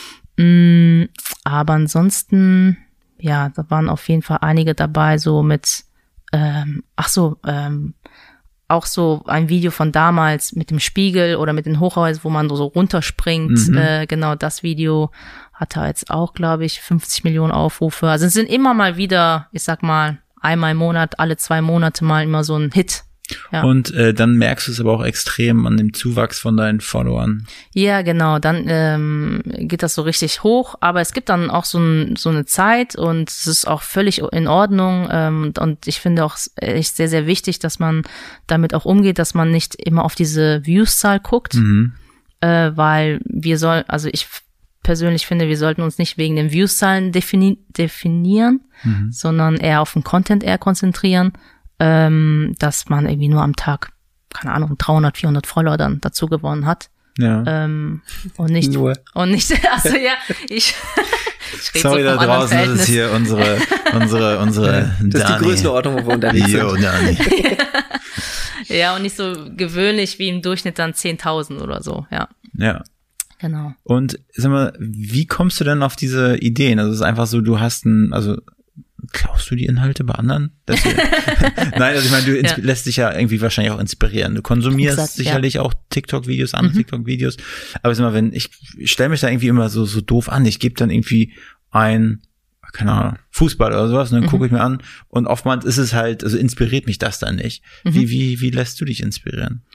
Mm, aber ansonsten, ja, da waren auf jeden Fall einige dabei, so mit, ähm, ach so, ähm, auch so ein Video von damals mit dem Spiegel oder mit den Hochhäusern, wo man so runterspringt. Mhm. Äh, genau, das Video hatte jetzt auch, glaube ich, fünfzig Millionen Aufrufe. Also es sind immer mal wieder, ich sag mal, einmal im Monat, alle zwei Monate mal immer so ein Hit. Ja. Und äh, dann merkst du es aber auch extrem an dem Zuwachs von deinen Followern. Ja, genau, dann ähm, geht das so richtig hoch, aber es gibt dann auch so, ein, so eine Zeit und es ist auch völlig in Ordnung ähm, und ich finde auch echt sehr, sehr wichtig, dass man damit auch umgeht, dass man nicht immer auf diese Views-Zahl guckt, mhm. äh, weil wir sollen, also ich persönlich finde, wir sollten uns nicht wegen den Views-Zahlen defini- definieren, mhm. sondern eher auf den Content eher konzentrieren. Ähm, dass man irgendwie nur am Tag, keine Ahnung, dreihundert, vierhundert Follower dann dazu gewonnen hat. Ja. Ähm, und nicht, nur. und nicht, also ja, ich, ich rede Sorry, so vom da draußen anderen ist hier unsere, unsere, unsere Das ist Dani. die Größenordnung, wo wir unterwegs Yo, sind. Dani. Ja, und nicht so gewöhnlich wie im Durchschnitt dann zehntausend oder so, ja. Ja. Genau. Und sag mal, wie kommst du denn auf diese Ideen? Also es ist einfach so, du hast ein, also klaust du die Inhalte bei anderen? Das Nein, also ich meine, du ja. lässt dich ja irgendwie wahrscheinlich auch inspirieren. Du konsumierst Exakt, sicherlich ja. auch TikTok-Videos, andere mhm. TikTok-Videos. Aber sag mal, wenn ich, ich stelle mich da irgendwie immer so so doof an. Ich gebe dann irgendwie ein, keine Ahnung, Fußball oder sowas und dann mhm. gucke ich mir an. Und oftmals ist es halt, also inspiriert mich das dann nicht. Mhm. Wie wie wie lässt du dich inspirieren?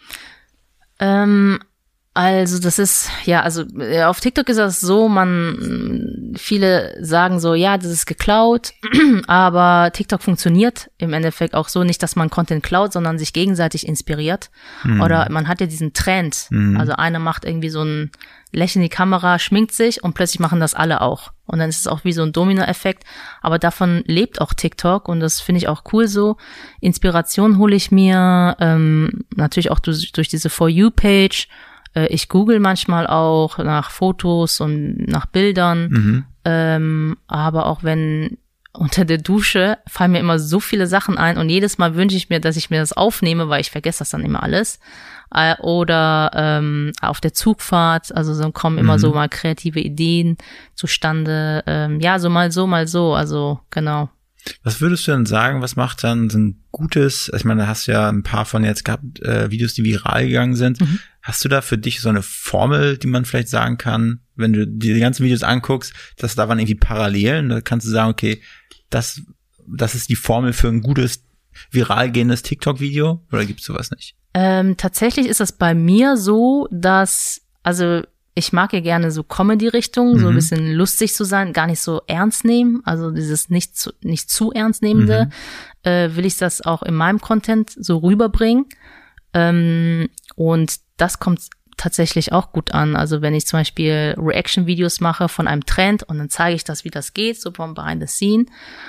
Ähm Also das ist, ja, also auf TikTok ist das so, man, viele sagen so, ja, das ist geklaut, aber TikTok funktioniert im Endeffekt auch so, nicht, dass man Content klaut, sondern sich gegenseitig inspiriert. Mhm. Oder man hat ja diesen Trend, mhm. also einer macht irgendwie so ein Lächeln in die Kamera, schminkt sich und plötzlich machen das alle auch. Und dann ist es auch wie so ein Domino-Effekt, aber davon lebt auch TikTok und das finde ich auch cool so. Inspiration hole ich mir ähm, natürlich auch durch, durch diese For You-Page. Ich google manchmal auch nach Fotos und nach Bildern, mhm. ähm, aber auch wenn unter der Dusche fallen mir immer so viele Sachen ein und jedes Mal wünsche ich mir, dass ich mir das aufnehme, weil ich vergesse das dann immer alles. Äh, oder ähm, auf der Zugfahrt, also so kommen immer mhm. so mal kreative Ideen zustande. Ähm, ja, so mal so, mal so, also genau. Was würdest du denn sagen, was macht dann so ein gutes, ich meine, da hast du ja ein paar von jetzt gehabt, äh, Videos, die viral gegangen sind. Mhm. Hast du da für dich so eine Formel, die man vielleicht sagen kann, wenn du dir die ganzen Videos anguckst, dass da waren irgendwie Parallelen, da kannst du sagen, okay, das, das ist die Formel für ein gutes, viral gehendes TikTok-Video, oder gibt's sowas nicht? Ähm, tatsächlich ist das bei mir so, dass, also ich mag ja gerne so Comedy-Richtung, mhm. so ein bisschen lustig zu sein, gar nicht so ernst nehmen, also dieses nicht zu, nicht zu ernst nehmende, mhm. äh, will ich das auch in meinem Content so rüberbringen. Ähm, und das kommt tatsächlich auch gut an. Also wenn ich zum Beispiel Reaction-Videos mache von einem Trend und dann zeige ich das, wie das geht, so vom Behind the Scene.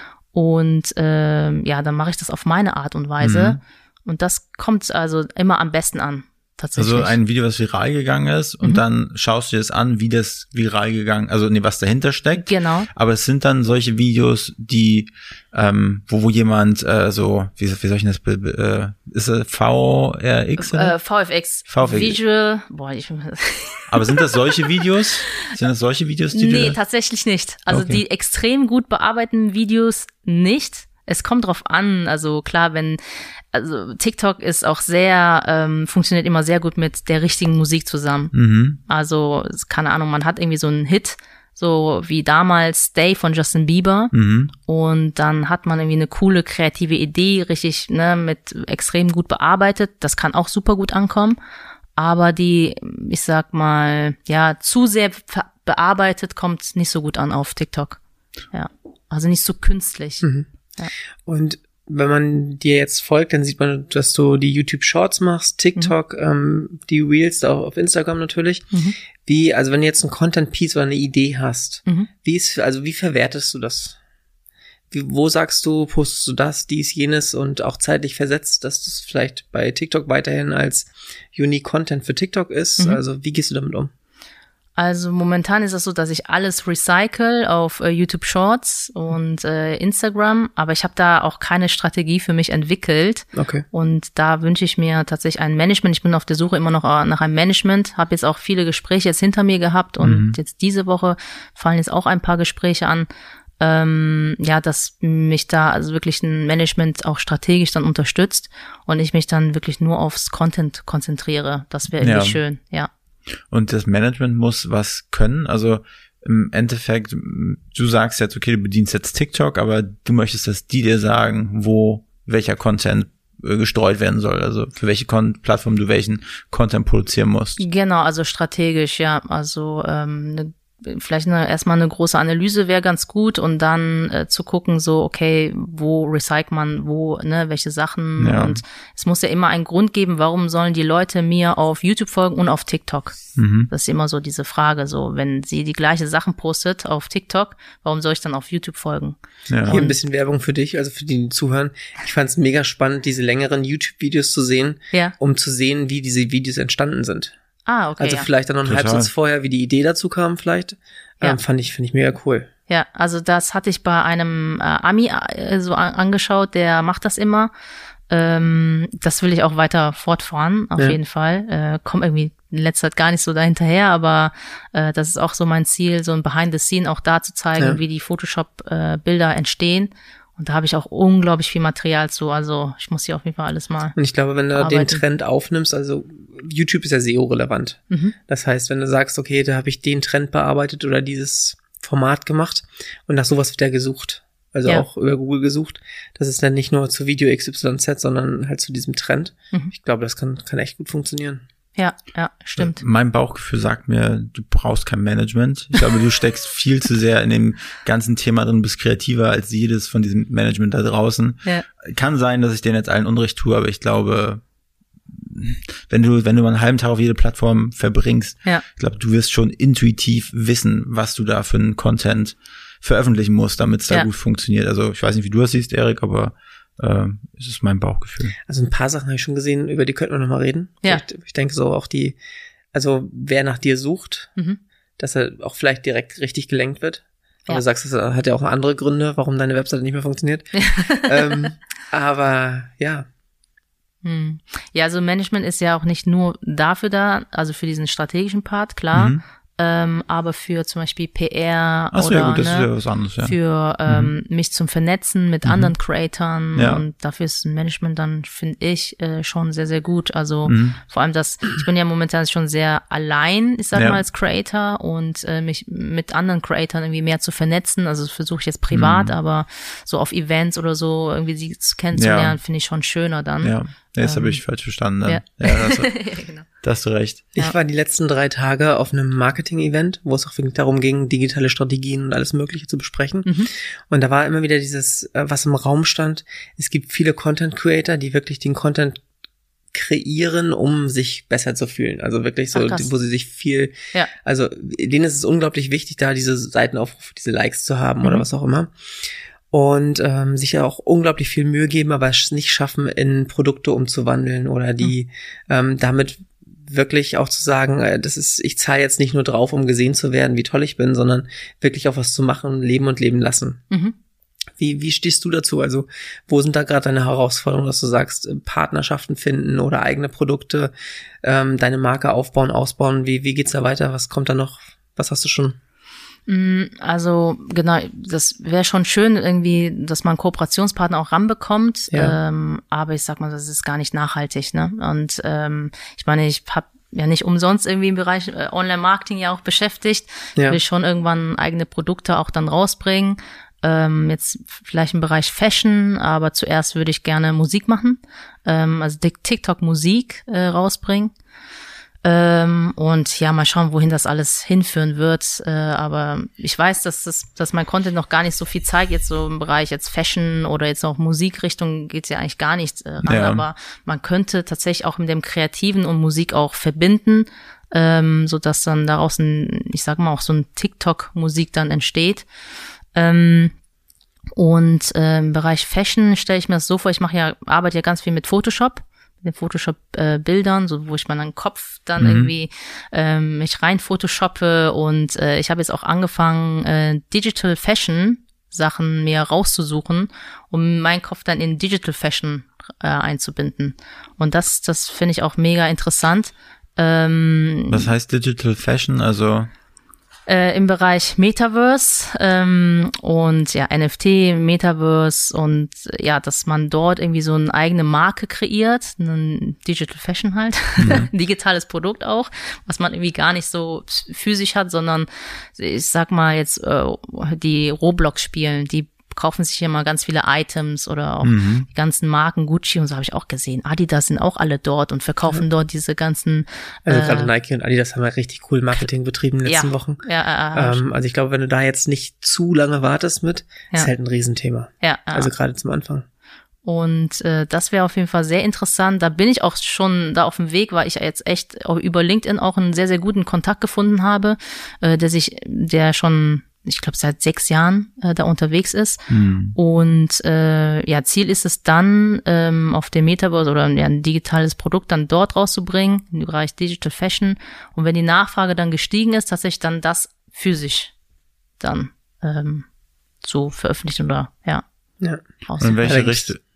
Und ähm, ja, dann mache ich das auf meine Art und Weise. Mhm. Und das kommt also immer am besten an. Tatsächlich. Also ein Video, was viral gegangen ist und mhm. dann schaust du dir das an, wie das viral gegangen, also nee, was dahinter steckt. Genau. Aber es sind dann solche Videos, die, ähm, wo wo jemand äh, so, wie, wie soll ich das, äh, ist es V R X? Äh, V F X. V F X. Visual. Boah, ich Aber sind das solche Videos? Sind das solche Videos, die Nee, du tatsächlich nicht. Also okay. die extrem gut bearbeiteten Videos nicht. Es kommt drauf an, also klar, wenn, also TikTok ist auch sehr, ähm, funktioniert immer sehr gut mit der richtigen Musik zusammen. Mhm. Also, keine Ahnung, man hat irgendwie so einen Hit, so wie damals Stay von Justin Bieber. Mhm. Und dann hat man irgendwie eine coole, kreative Idee, richtig, ne, mit extrem gut bearbeitet. Das kann auch super gut ankommen. Aber die, ich sag mal, ja, zu sehr bearbeitet kommt nicht so gut an auf TikTok. Ja, also nicht so künstlich. Mhm. Ja. Und wenn man dir jetzt folgt, dann sieht man, dass du die YouTube Shorts machst, TikTok, mhm. ähm, die Reels auch auf Instagram natürlich. Mhm. Wie, also wenn du jetzt ein Content Piece oder eine Idee hast, mhm. wie ist, also wie verwertest du das? Wie, wo sagst du, postest du das, dies, jenes und auch zeitlich versetzt, dass das vielleicht bei TikTok weiterhin als Unique Content für TikTok ist? Mhm. Also wie gehst du damit um? Also momentan ist es so, dass ich alles recycle auf äh, YouTube Shorts und äh, Instagram, aber ich habe da auch keine Strategie für mich entwickelt. Okay. Und da wünsche ich mir tatsächlich ein Management. Ich bin auf der Suche immer noch nach einem Management, habe jetzt auch viele Gespräche jetzt hinter mir gehabt und mhm. jetzt diese Woche fallen jetzt auch ein paar Gespräche an. Ähm, ja, dass mich da also wirklich ein Management auch strategisch dann unterstützt und ich mich dann wirklich nur aufs Content konzentriere. Das wäre irgendwie ja. schön, ja. Und das Management muss was können, also im Endeffekt, du sagst jetzt, okay, du bedienst jetzt TikTok, aber du möchtest, dass die dir sagen, wo welcher Content äh, gestreut werden soll, also für welche Kon- Plattform du welchen Content produzieren musst. Genau, also strategisch, ja, also ähm, ne, vielleicht eine, erstmal eine große Analyse wäre ganz gut und dann äh, zu gucken, so, okay, wo recycelt man, wo, ne, welche Sachen ja. Und es muss ja immer einen Grund geben, warum sollen die Leute mir auf YouTube folgen und auf TikTok? Mhm. Das ist immer so diese Frage, so, wenn sie die gleiche Sachen postet auf TikTok, warum soll ich dann auf YouTube folgen? Ja. Hier ein bisschen Werbung für dich, also für die, die zuhören. Ich fand es mega spannend, diese längeren YouTube-Videos zu sehen, ja. um zu sehen, wie diese Videos entstanden sind. Ah, okay. Also ja. vielleicht dann noch einen Total. Halbsatz vorher, wie die Idee dazu kam vielleicht. Ja. Ähm, fand ich, finde ich mega cool. Ja, also das hatte ich bei einem äh, Ami äh, so an, angeschaut, der macht das immer. Ähm, das will ich auch weiter fortfahren, auf ja. jeden Fall. Äh, komm irgendwie in letzter Zeit gar nicht so dahinterher, aber äh, das ist auch so mein Ziel, so ein Behind the Scene auch da zu zeigen, ja. wie die Photoshop-Bilder äh, entstehen. Und da habe ich auch unglaublich viel Material zu. Also ich muss hier auf jeden Fall alles mal Und ich glaube, wenn du arbeiten. den Trend aufnimmst, also YouTube ist ja S E O-relevant. Mhm. Das heißt, wenn du sagst, okay, da habe ich den Trend bearbeitet oder dieses Format gemacht und nach sowas wird ja gesucht. Also ja. auch über Google gesucht. Das ist dann nicht nur zu Video X Y Z, sondern halt zu diesem Trend. Mhm. Ich glaube, das kann, kann echt gut funktionieren. Ja, ja, stimmt. Mein Bauchgefühl sagt mir, du brauchst kein Management. Ich glaube, du steckst viel zu sehr in dem ganzen Thema drin, bist kreativer als jedes von diesem Management da draußen. Ja. Kann sein, dass ich denen jetzt allen Unrecht tue, aber ich glaube, wenn du, wenn du mal einen halben Tag auf jede Plattform verbringst, ja. ich glaube, du wirst schon intuitiv wissen, was du da für einen Content veröffentlichen musst, damit es da ja. gut funktioniert. Also ich weiß nicht, wie du das siehst, Erik, aber ähm, es ist mein Bauchgefühl. Also ein paar Sachen habe ich schon gesehen, über die könnten wir noch mal reden. Ja. Ich, ich denke so auch die, also wer nach dir sucht, mhm. dass er auch vielleicht direkt richtig gelenkt wird. Aber ja. du sagst, das hat ja auch andere Gründe, warum deine Webseite nicht mehr funktioniert. ähm, aber ja. Hm. Ja, also Management ist ja auch nicht nur dafür da, also für diesen strategischen Part, klar. Mhm. Ähm, aber für zum Beispiel P R Ach so, oder ja, gut, das ne, ist ja was anderes, ja. für ähm, mhm. mich zum Vernetzen mit mhm. anderen Creatoren ja. und dafür ist Management dann, finde ich, äh, schon sehr, sehr gut. Also mhm. vor allem das, ich bin ja momentan schon sehr allein, ich sag ja. mal, als Creator und äh, mich mit anderen Creatoren irgendwie mehr zu vernetzen. Also das versuche ich jetzt privat, mhm. aber so auf Events oder so irgendwie sie kennenzulernen, ja. finde ich schon schöner dann. Ja. Nee, das ähm, habe ich falsch verstanden. Dann. Ja, ja das, ja genau. Da hast du recht. Ich ja. war die letzten drei Tage auf einem Marketing-Event, wo es auch wirklich darum ging, digitale Strategien und alles Mögliche zu besprechen. Mhm. Und da war immer wieder dieses, was im Raum stand. Es gibt viele Content-Creator, die wirklich den Content kreieren, um sich besser zu fühlen. Also wirklich so, Ach, wo sie sich viel, ja. also denen ist es unglaublich wichtig, da diese Seitenaufrufe, diese Likes zu haben mhm. oder was auch immer. Und ähm, sich ja auch unglaublich viel Mühe geben, aber es nicht schaffen, in Produkte umzuwandeln oder die mhm. ähm, damit wirklich auch zu sagen, äh, das ist, ich zahle jetzt nicht nur drauf, um gesehen zu werden, wie toll ich bin, sondern wirklich auch was zu machen, leben und leben lassen. Mhm. Wie, wie stehst du dazu? Also wo sind da gerade deine Herausforderungen, dass du sagst, Partnerschaften finden oder eigene Produkte, ähm, deine Marke aufbauen, ausbauen? Wie, wie geht's da weiter? Was kommt da noch? Was hast du schon? Also genau, das wäre schon schön irgendwie, dass man Kooperationspartner auch ranbekommt, ja. ähm, aber ich sag mal, das ist gar nicht nachhaltig, ne? Und ähm, ich meine, ich habe ja nicht umsonst irgendwie im Bereich äh, Online-Marketing ja auch beschäftigt. Ja. Ich will schon irgendwann eigene Produkte auch dann rausbringen. Ähm, jetzt vielleicht im Bereich Fashion, aber zuerst würde ich gerne Musik machen, ähm, also TikTok-Musik äh, rausbringen. Ähm, und ja, mal schauen, wohin das alles hinführen wird. Äh, aber ich weiß, dass das, dass mein Content noch gar nicht so viel zeigt. Jetzt so im Bereich jetzt Fashion oder jetzt auch Musikrichtung geht's ja eigentlich gar nicht äh, ran. Ja. Aber man könnte tatsächlich auch mit dem Kreativen und Musik auch verbinden, ähm, so dass dann daraus ein, ich sag mal auch so ein TikTok-Musik dann entsteht. Ähm, und äh, im Bereich Fashion stelle ich mir das so vor. Ich mache ja, arbeite ja ganz viel mit Photoshop. den Photoshop-Bildern, äh, so wo ich meinen Kopf dann mhm. irgendwie ähm, mich rein photoshoppe und äh, ich habe jetzt auch angefangen, äh, Digital Fashion Sachen mir rauszusuchen, um meinen Kopf dann in Digital Fashion äh, einzubinden. Und das, das finde ich auch mega interessant. Ähm, Was heißt Digital Fashion? Also Äh, im Bereich Metaverse ähm, und ja N F T, Metaverse und ja, dass man dort irgendwie so eine eigene Marke kreiert, ein Digital Fashion halt, mhm. digitales Produkt auch, was man irgendwie gar nicht so physisch hat, sondern ich sag mal jetzt äh, die Roblox spielen, die kaufen sich hier mal ganz viele Items oder auch mhm. die ganzen Marken, Gucci und so habe ich auch gesehen. Adidas sind auch alle dort und verkaufen ja. dort diese ganzen Also äh, gerade Nike und Adidas haben ja richtig cool Marketing betrieben in den letzten ja, Wochen. Ja, äh, ähm, also ich glaube, wenn du da jetzt nicht zu lange wartest mit, ja. ist halt ein Riesenthema. Ja, äh, also gerade zum Anfang. Und äh, das wäre auf jeden Fall sehr interessant. Da bin ich auch schon da auf dem Weg, weil ich jetzt echt auch über LinkedIn auch einen sehr, sehr guten Kontakt gefunden habe, äh, der sich, der schon ich glaube, seit sechs Jahren äh, da unterwegs ist. Hm. Und äh, ja, Ziel ist es dann, ähm, auf dem Metaverse oder ja, ein digitales Produkt dann dort rauszubringen, im Bereich Digital Fashion. Und wenn die Nachfrage dann gestiegen ist, tatsächlich dann das physisch dann ähm, zu veröffentlichen oder ja. ja. Und in welche Richtung?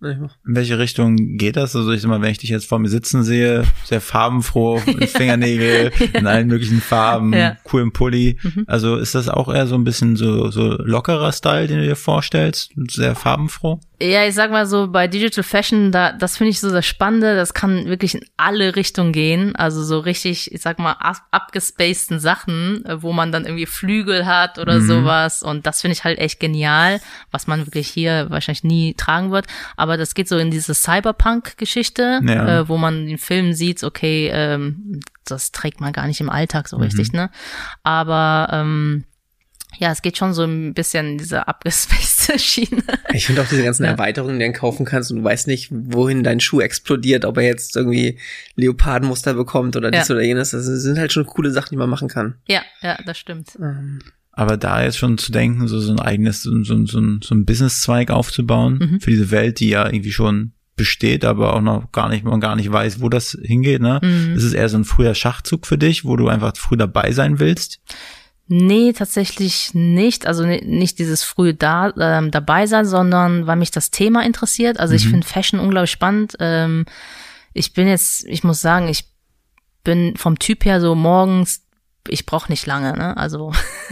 In welche Richtung geht das? Also ich sag mal, wenn ich dich jetzt vor mir sitzen sehe, sehr farbenfroh, mit Fingernägel in allen möglichen Farben, ja. Coolen Pulli. Mhm. Also ist das auch eher so ein bisschen so, so lockerer Style, den du dir vorstellst? Sehr farbenfroh? Ja, ich sag mal so, bei Digital Fashion, da, das finde ich so das Spannende, das kann wirklich in alle Richtungen gehen, also so richtig, ich sag mal, ab, abgespaceden Sachen, wo man dann irgendwie Flügel hat oder mhm. sowas, und das finde ich halt echt genial, was man wirklich hier wahrscheinlich nie tragen wird, aber das geht so in diese Cyberpunk-Geschichte, ja. äh, wo man den Film sieht, okay, ähm, das trägt man gar nicht im Alltag so mhm. richtig, ne, aber ähm, ja, es geht schon so ein bisschen in diese abgespacede Schiene. Ich finde auch diese ganzen ja. Erweiterungen, die du kaufen kannst und du weißt nicht, wohin dein Schuh explodiert, ob er jetzt irgendwie Leopardenmuster bekommt oder dies ja. oder jenes. Das sind halt schon coole Sachen, die man machen kann. Ja, ja, das stimmt. Ähm. Aber da jetzt schon zu denken, so, so ein eigenes, so, so, so, so ein Businesszweig aufzubauen mhm. für diese Welt, die ja irgendwie schon besteht, aber auch noch gar nicht, man gar nicht weiß, wo das hingeht, ne? Mhm. Ist es eher so ein früher Schachzug für dich, wo du einfach früh dabei sein willst? Nee, tatsächlich nicht. Also nicht dieses frühe da, ähm, dabei sein, sondern weil mich das Thema interessiert. Also mhm. ich finde Fashion unglaublich spannend. Ähm, ich bin jetzt, ich muss sagen, ich bin vom Typ her so morgens, ich brauche nicht lange, ne? Also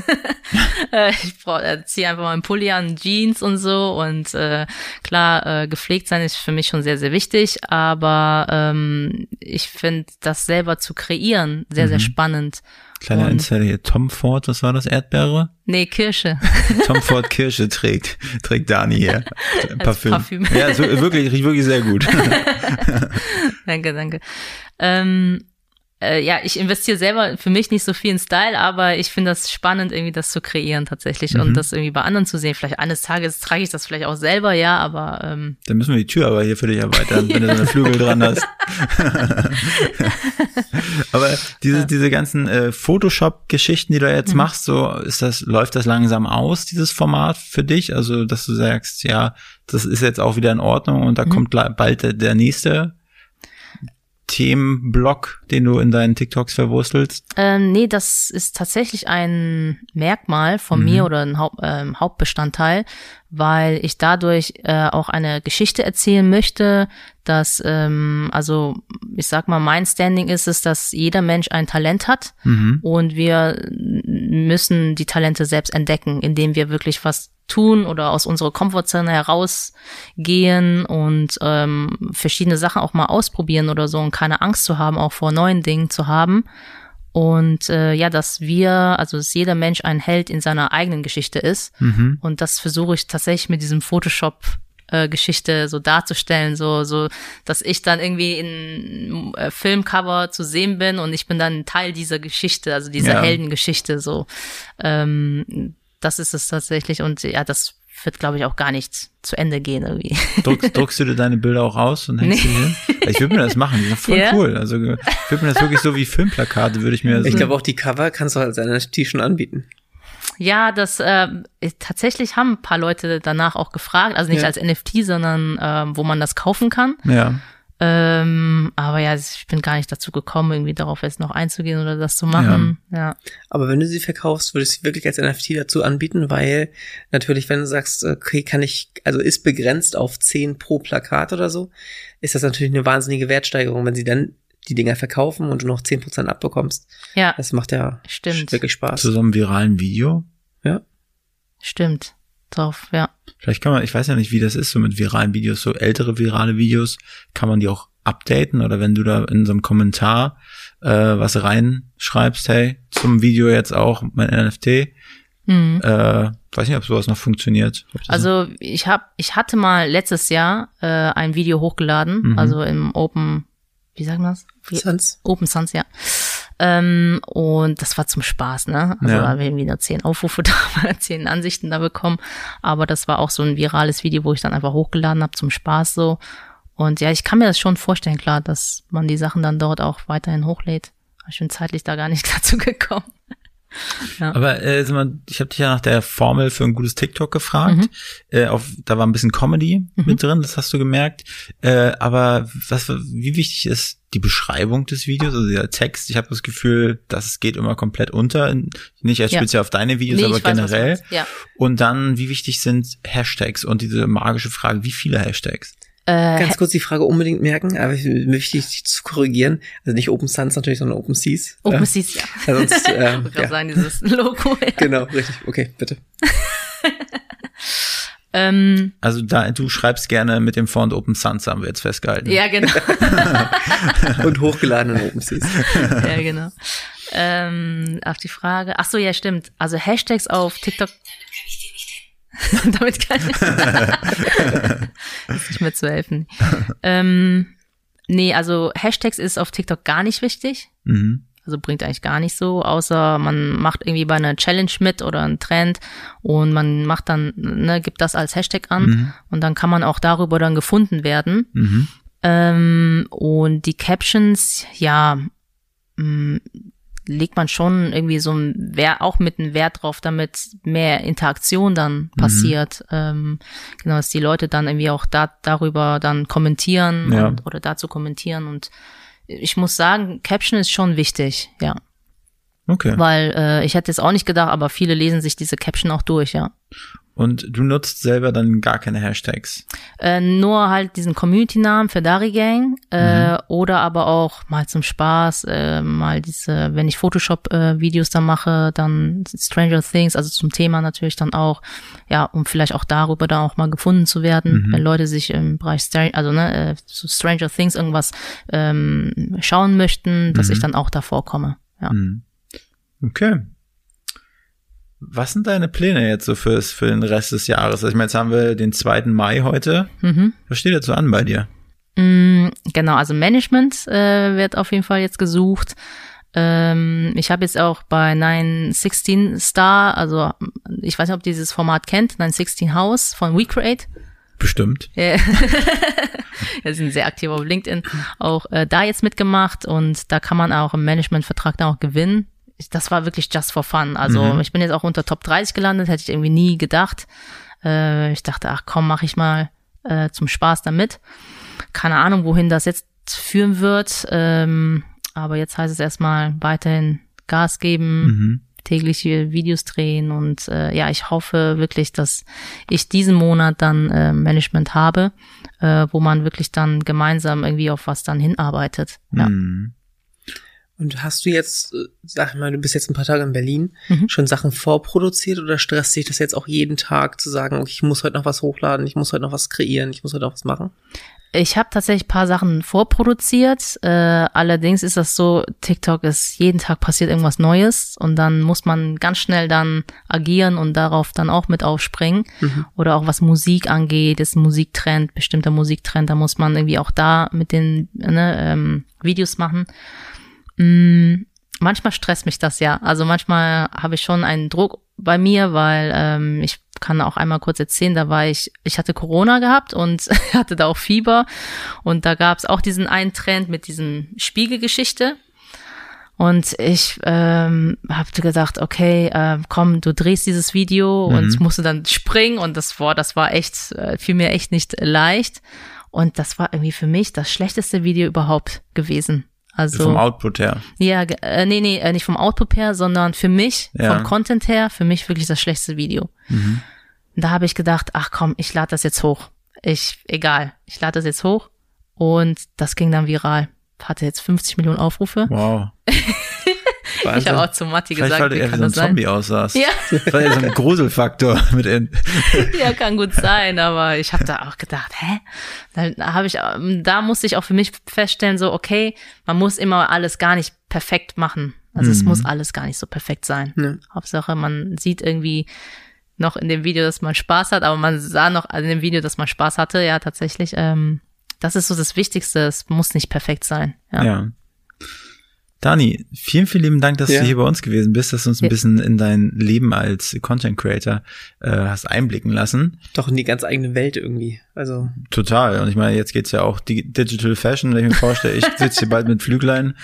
ich brauch, äh, ziehe einfach mal einen Pulli an, Jeans und so, und äh, klar, äh, gepflegt sein ist für mich schon sehr, sehr wichtig, aber ähm, ich finde das selber zu kreieren sehr, mhm. sehr spannend. Kleiner Insider hier, Tom Ford, was war das, Erdbeere? Nee, Kirsche. Tom Ford Kirsche trägt, trägt Dani hier. Parfüm. Parfüm. Ja, ist wirklich, riecht wirklich sehr gut. Danke, danke. Ähm, äh, ja, ich investiere selber für mich nicht so viel in Style, aber ich finde das spannend, irgendwie das zu kreieren tatsächlich, mhm. und das irgendwie bei anderen zu sehen. Vielleicht eines Tages trage ich das vielleicht auch selber, ja, aber ähm dann müssen wir die Tür aber hier für dich erweitern, wenn du so eine Flügel dran hast. Aber diese ja. diese ganzen äh, Photoshop-Geschichten, die du jetzt mhm. machst, so ist das, läuft das langsam aus, dieses Format für dich? Also, dass du sagst, ja, das ist jetzt auch wieder in Ordnung und da mhm. kommt bald der, der nächste Themenblock, den du in deinen TikToks verwurstelst? Ähm, nee, das ist tatsächlich ein Merkmal von mhm. mir oder ein Haupt, ähm, Hauptbestandteil, weil ich dadurch äh, auch eine Geschichte erzählen möchte, dass, ähm, also ich sag mal, mein Standing ist es, dass jeder Mensch ein Talent hat mhm. und wir müssen die Talente selbst entdecken, indem wir wirklich was tun oder aus unserer Komfortzone herausgehen und ähm, verschiedene Sachen auch mal ausprobieren oder so und keine Angst zu haben, auch vor neuen Dingen zu haben. Und äh, ja, dass wir, also dass jeder Mensch ein Held in seiner eigenen Geschichte ist. Mhm. Und das versuche ich tatsächlich mit diesem Photoshop äh, Geschichte so darzustellen, so so, dass ich dann irgendwie in äh, Filmcover zu sehen bin und ich bin dann Teil dieser Geschichte, also dieser ja. Heldengeschichte, so. Ähm, das ist es tatsächlich, und ja, das wird, glaube ich, auch gar nicht zu Ende gehen irgendwie. Druck, druckst du dir deine Bilder auch aus und hängst nee. die hin? Ich würde mir das machen, die sind voll yeah. cool. Also ich würde mir das wirklich so wie Filmplakate, würde ich mir... Ich so glaube auch die Cover kannst du als N F T schon anbieten. Ja, das äh, tatsächlich haben ein paar Leute danach auch gefragt, also nicht ja. als N F T, sondern äh, wo man das kaufen kann. Ja. Ähm, aber ja, ich bin gar nicht dazu gekommen, irgendwie darauf jetzt noch einzugehen oder das zu machen. Ja. ja. Aber wenn du sie verkaufst, würdest du sie wirklich als N F T dazu anbieten, weil natürlich, wenn du sagst, okay, kann ich, also ist begrenzt auf zehn pro Plakat oder so, ist das natürlich eine wahnsinnige Wertsteigerung, wenn sie dann die Dinger verkaufen und du noch zehn Prozent abbekommst. Ja. Das macht ja Stimmt. wirklich Spaß. Zu so einem viralen Video? Ja. Stimmt. Drauf, ja. Vielleicht kann man, ich weiß ja nicht, wie das ist, so mit viralen Videos, so ältere virale Videos, kann man die auch updaten, oder wenn du da in so einem Kommentar äh, was reinschreibst, hey, zum Video jetzt auch mein N F T, mhm. äh, weiß nicht, ob sowas noch funktioniert. Also ich hab, ich hatte mal letztes Jahr äh, ein Video hochgeladen, mhm. also im Open, wie sagt man das? Sans. Open Sans, ja. Ähm, und das war zum Spaß, ne? Also ja. da haben wir irgendwie nur zehn Aufrufe da, zehn Ansichten da bekommen. Aber das war auch so ein virales Video, wo ich dann einfach hochgeladen habe zum Spaß so. Und ja, ich kann mir das schon vorstellen, klar, dass man die Sachen dann dort auch weiterhin hochlädt. Ich bin zeitlich da gar nicht dazu gekommen. Ja. Aber äh, ich habe dich ja nach der Formel für ein gutes TikTok gefragt. Mhm. Äh, auf, da war ein bisschen Comedy mhm. mit drin, das hast du gemerkt. Äh, aber was, wie wichtig ist die Beschreibung des Videos, also der Text? Ich habe das Gefühl, das geht immer komplett unter. Nicht als ja. speziell auf deine Videos, nee, aber generell. Weiß, ja. Und dann, wie wichtig sind Hashtags und diese magische Frage, wie viele Hashtags? Äh, Ganz kurz die Frage unbedingt merken, aber wichtig dich zu korrigieren. Also nicht Open Suns natürlich, sondern Open Seas. Open Seas, ja. ja. Sonst, äh, ich ja. sagen, dieses Logo. Ja. Genau, richtig. Okay, bitte. ähm, also da, du schreibst gerne mit dem Font Open Suns, haben wir jetzt festgehalten. Ja, genau. Und hochgeladen in Open Seas. Ja, genau. Ähm, auf die Frage. Ach so, ja, stimmt. Also Hashtags auf TikTok. Damit kann ich ist nicht mehr zu helfen. ähm, nee, also Hashtags ist auf TikTok gar nicht wichtig. Mhm. Also bringt eigentlich gar nicht so, außer man macht irgendwie bei einer Challenge mit oder einen Trend und man macht dann, ne, gibt das als Hashtag an mhm. und dann kann man auch darüber dann gefunden werden. Mhm. Ähm, und die Captions, ja, mh, legt man schon irgendwie so ein Wert, auch mit einem Wert drauf, damit mehr Interaktion dann passiert. Mhm. Ähm, genau, dass die Leute dann irgendwie auch da, darüber dann kommentieren ja. und, oder dazu kommentieren. Und ich muss sagen, Caption ist schon wichtig, ja. Okay. Weil äh, ich hätte jetzt auch nicht gedacht, aber viele lesen sich diese Caption auch durch, ja. Und du nutzt selber dann gar keine Hashtags? Äh, nur halt diesen Community-Namen für Dari Gang äh, mhm. oder aber auch mal zum Spaß, äh, mal diese, wenn ich Photoshop-Videos äh, dann mache, dann Stranger Things, also zum Thema natürlich dann auch, ja, um vielleicht auch darüber dann auch mal gefunden zu werden, mhm. wenn Leute sich im Bereich, Star- also ne, äh, zu Stranger Things irgendwas ähm, schauen möchten, dass mhm. ich dann auch da vorkomme, ja. Mhm. Okay. Was sind deine Pläne jetzt so fürs, für den Rest des Jahres? Also ich meine, jetzt haben wir den zweiten Mai heute. Mhm. Was steht jetzt so an bei dir? Mm, genau, also Management äh, wird auf jeden Fall jetzt gesucht. Ähm, ich habe jetzt auch bei nine sixteen Star, also ich weiß nicht, ob ihr dieses Format kennt, nine sixteen House von WeCreate. Bestimmt. Ja. Wir sind sehr aktiv auf LinkedIn. Auch äh, da jetzt mitgemacht und da kann man auch im Managementvertrag dann auch gewinnen. Das war wirklich just for fun. Also mhm. ich bin jetzt auch unter Top dreißig gelandet, hätte ich irgendwie nie gedacht. Äh, ich dachte, ach komm, mache ich mal äh, zum Spaß damit. Keine Ahnung, wohin das jetzt führen wird. Ähm, aber jetzt heißt es erstmal weiterhin Gas geben, mhm. tägliche Videos drehen und äh, ja, ich hoffe wirklich, dass ich diesen Monat dann äh, Management habe, äh, wo man wirklich dann gemeinsam irgendwie auf was dann hinarbeitet. Ja. Mhm. Und hast du jetzt, sag ich mal, du bist jetzt ein paar Tage in Berlin, mhm. schon Sachen vorproduziert oder stresst dich das jetzt auch jeden Tag zu sagen, okay, ich muss heute noch was hochladen, ich muss heute noch was kreieren, ich muss heute noch was machen? Ich habe tatsächlich ein paar Sachen vorproduziert, äh, allerdings ist das so, TikTok ist, jeden Tag passiert irgendwas Neues und dann muss man ganz schnell dann agieren und darauf dann auch mit aufspringen. Mhm. Oder auch was Musik angeht, ist ein Musiktrend, bestimmter Musiktrend, da muss man irgendwie auch da mit den ne, ähm, Videos machen. Mm, manchmal stresst mich das ja. Also manchmal habe ich schon einen Druck bei mir, weil ähm, ich kann auch einmal kurz erzählen, da war ich, ich hatte Corona gehabt und hatte da auch Fieber und da gab es auch diesen einen Trend mit diesem Spiegelgeschichte und ich ähm, habe gedacht, okay, äh, komm, du drehst dieses Video mhm. und ich musste dann springen und das war, das war echt, äh, fiel mir echt nicht leicht und das war irgendwie für mich das schlechteste Video überhaupt gewesen. Also vom Output her. Ja, äh, nee, nee, äh, nicht vom Output her, sondern für mich, ja. vom Content her, für mich wirklich das schlechteste Video. Mhm. Da habe ich gedacht, ach komm, ich lade das jetzt hoch. Ich, egal, ich lade das jetzt hoch und das ging dann viral. Hatte jetzt fünfzig Millionen Aufrufe. Wow. Ich habe auch zu Matti gesagt, weil du eher wie so ein Zombie aussahst. Ja. Das war ja so ein Gruselfaktor mit in. Ja, kann gut sein, aber ich habe da auch gedacht, hä? Dann habe ich, da musste ich auch für mich feststellen, so okay, man muss immer alles gar nicht perfekt machen. Also mhm. es muss alles gar nicht so perfekt sein. Ja. Hauptsache, man sieht irgendwie noch in dem Video, dass man Spaß hat, aber man sah noch in dem Video, dass man Spaß hatte, ja, tatsächlich. Ähm, das ist so das Wichtigste, es muss nicht perfekt sein. Ja. ja. Dani, vielen, vielen lieben Dank, dass ja. du hier bei uns gewesen bist, dass du uns ein ja. bisschen in dein Leben als Content Creator äh, hast einblicken lassen. Doch in die ganz eigene Welt irgendwie. Also total. Und ich meine, jetzt geht's ja auch die Digital Fashion, wenn ich mir vorstelle, ich sitze hier bald mit Flüglein.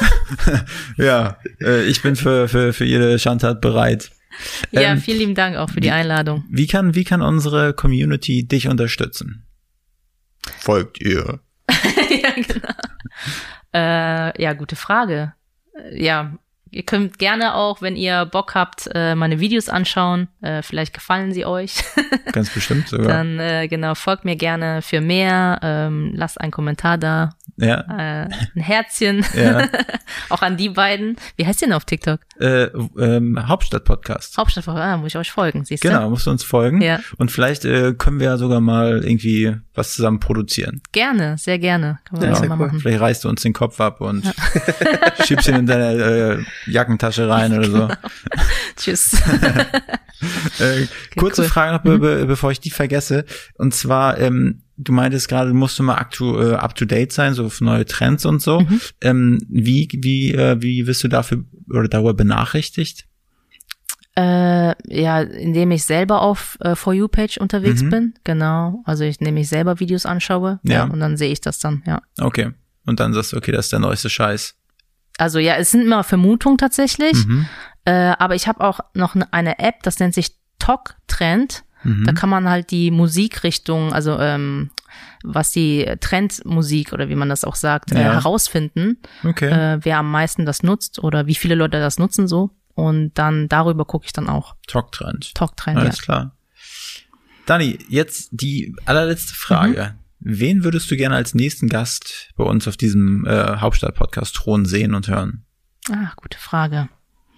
Ja, äh, ich bin für für für jede Schandtat bereit. Ja, ähm, vielen lieben Dank auch für die Einladung. Wie kann wie kann unsere Community dich unterstützen? Folgt ihr? Ja, genau. Äh, ja, gute Frage. Ja, Ihr könnt gerne auch, wenn ihr Bock habt, äh, meine Videos anschauen. Äh, vielleicht gefallen sie euch. Ganz bestimmt sogar. Dann, äh, genau, folgt mir gerne für mehr. Ähm, lasst einen Kommentar da. Ja. Äh, ein Herzchen. Ja. Auch an die beiden. Wie heißt ihr denn auf TikTok? Äh, ähm, Hauptstadt-Podcast. Hauptstadt, ah, muss ich euch folgen, siehst du? Genau, musst du uns folgen. Ja. Und vielleicht äh, können wir ja sogar mal irgendwie was zusammen produzieren. Gerne, sehr gerne. Können wir Ja, das sehr mal cool. machen. Vielleicht reißt du uns den Kopf ab und ja. schiebst ihn in deine äh, Jackentasche rein oder so. Tschüss. äh, kurze cool. Frage noch, be be bevor ich die vergesse. Und zwar, ähm, du meintest gerade, du musst immer aktu äh, up to date sein, so für neue Trends und so. Mhm. Ähm, wie wie äh, wie wirst du dafür oder darüber benachrichtigt? Äh, ja, indem ich selber auf äh, For You-Page unterwegs Mhm. bin. Genau. Also ich nehme ich selber Videos anschaue. Ja. Ja. Und dann sehe ich das dann, ja. Okay. Und dann sagst du, okay, das ist der neueste Scheiß. Also ja, es sind immer Vermutungen tatsächlich. Mhm. Äh, aber ich habe auch noch ne- eine App, das nennt sich Tok Trend. Mhm. Da kann man halt die Musikrichtung, also ähm, was die Trendmusik oder wie man das auch sagt, äh, Ja. herausfinden, Okay. äh, wer am meisten das nutzt oder wie viele Leute das nutzen so. Und dann darüber gucke ich dann auch. Talk-Trend. Tok Trend, Alles ja. klar. Dani, jetzt die allerletzte Frage. Mhm. Wen würdest du gerne als nächsten Gast bei uns auf diesem äh, Hauptstadt-Podcast Thron sehen und hören? Ah, gute Frage.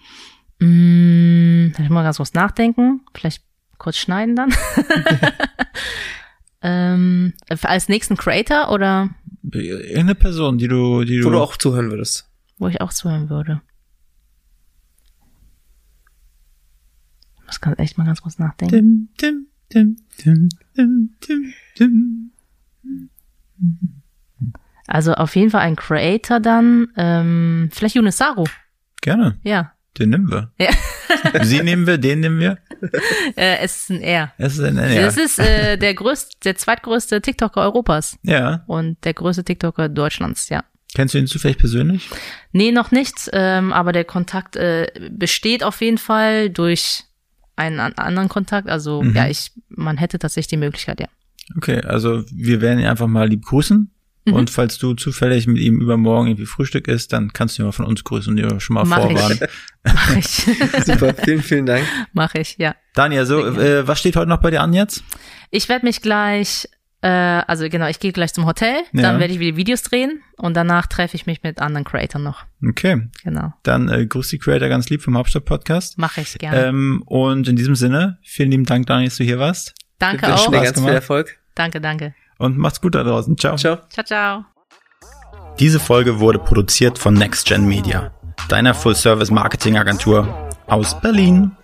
Hm, ich mal ganz kurz nachdenken. Vielleicht kurz schneiden dann. ähm, als nächsten Creator oder Irgendeine Person, die du, die du, Wo du auch zuhören würdest. wo ich auch zuhören würde. Ich muss ganz, echt mal ganz kurz nachdenken. Dim, dim, dim, dim, dim, dim, dim. Also auf jeden Fall ein Creator dann. Ähm, vielleicht Yunus Saru. Gerne, Ja. den nehmen wir. Ja. Sie nehmen wir, den nehmen wir. Äh, es ist ein R. Es ist ein, ja. Das ist äh, der größte, der zweitgrößte TikToker Europas ja. und der größte TikToker Deutschlands, ja. Kennst du ihn zufällig persönlich? Nee, noch nicht, ähm, aber der Kontakt äh, besteht auf jeden Fall durch einen an anderen Kontakt. Also Mhm. ja, ich, man hätte tatsächlich die Möglichkeit, ja. Okay, also wir werden ihn einfach mal lieb grüßen. Mhm. Und falls du zufällig mit ihm übermorgen irgendwie Frühstück isst, dann kannst du ihn mal von uns grüßen und dir schon mal Mach ich. vorwarnen. Mach ich. Super, vielen, vielen Dank. Mach ich, ja. Daniel, so, äh, was steht heute noch bei dir an jetzt? Ich werde mich gleich, äh, also genau, ich gehe gleich zum Hotel, Ja. dann werde ich wieder Videos drehen und danach treffe ich mich mit anderen Creatoren noch. Okay, Genau. dann äh, grüß die Creator ganz lieb vom Hauptstadt-Podcast. Mache ich gerne. Ähm, und in diesem Sinne, vielen lieben Dank, Daniel, dass du hier warst. Danke Wir auch. wünschen dir Spaß ganz viel gemacht. Erfolg. Danke, danke. Und macht's gut da draußen. Ciao. Ciao. Ciao, ciao. Diese Folge wurde produziert von NextGen Media, deiner Full-Service-Marketing-Agentur aus Berlin.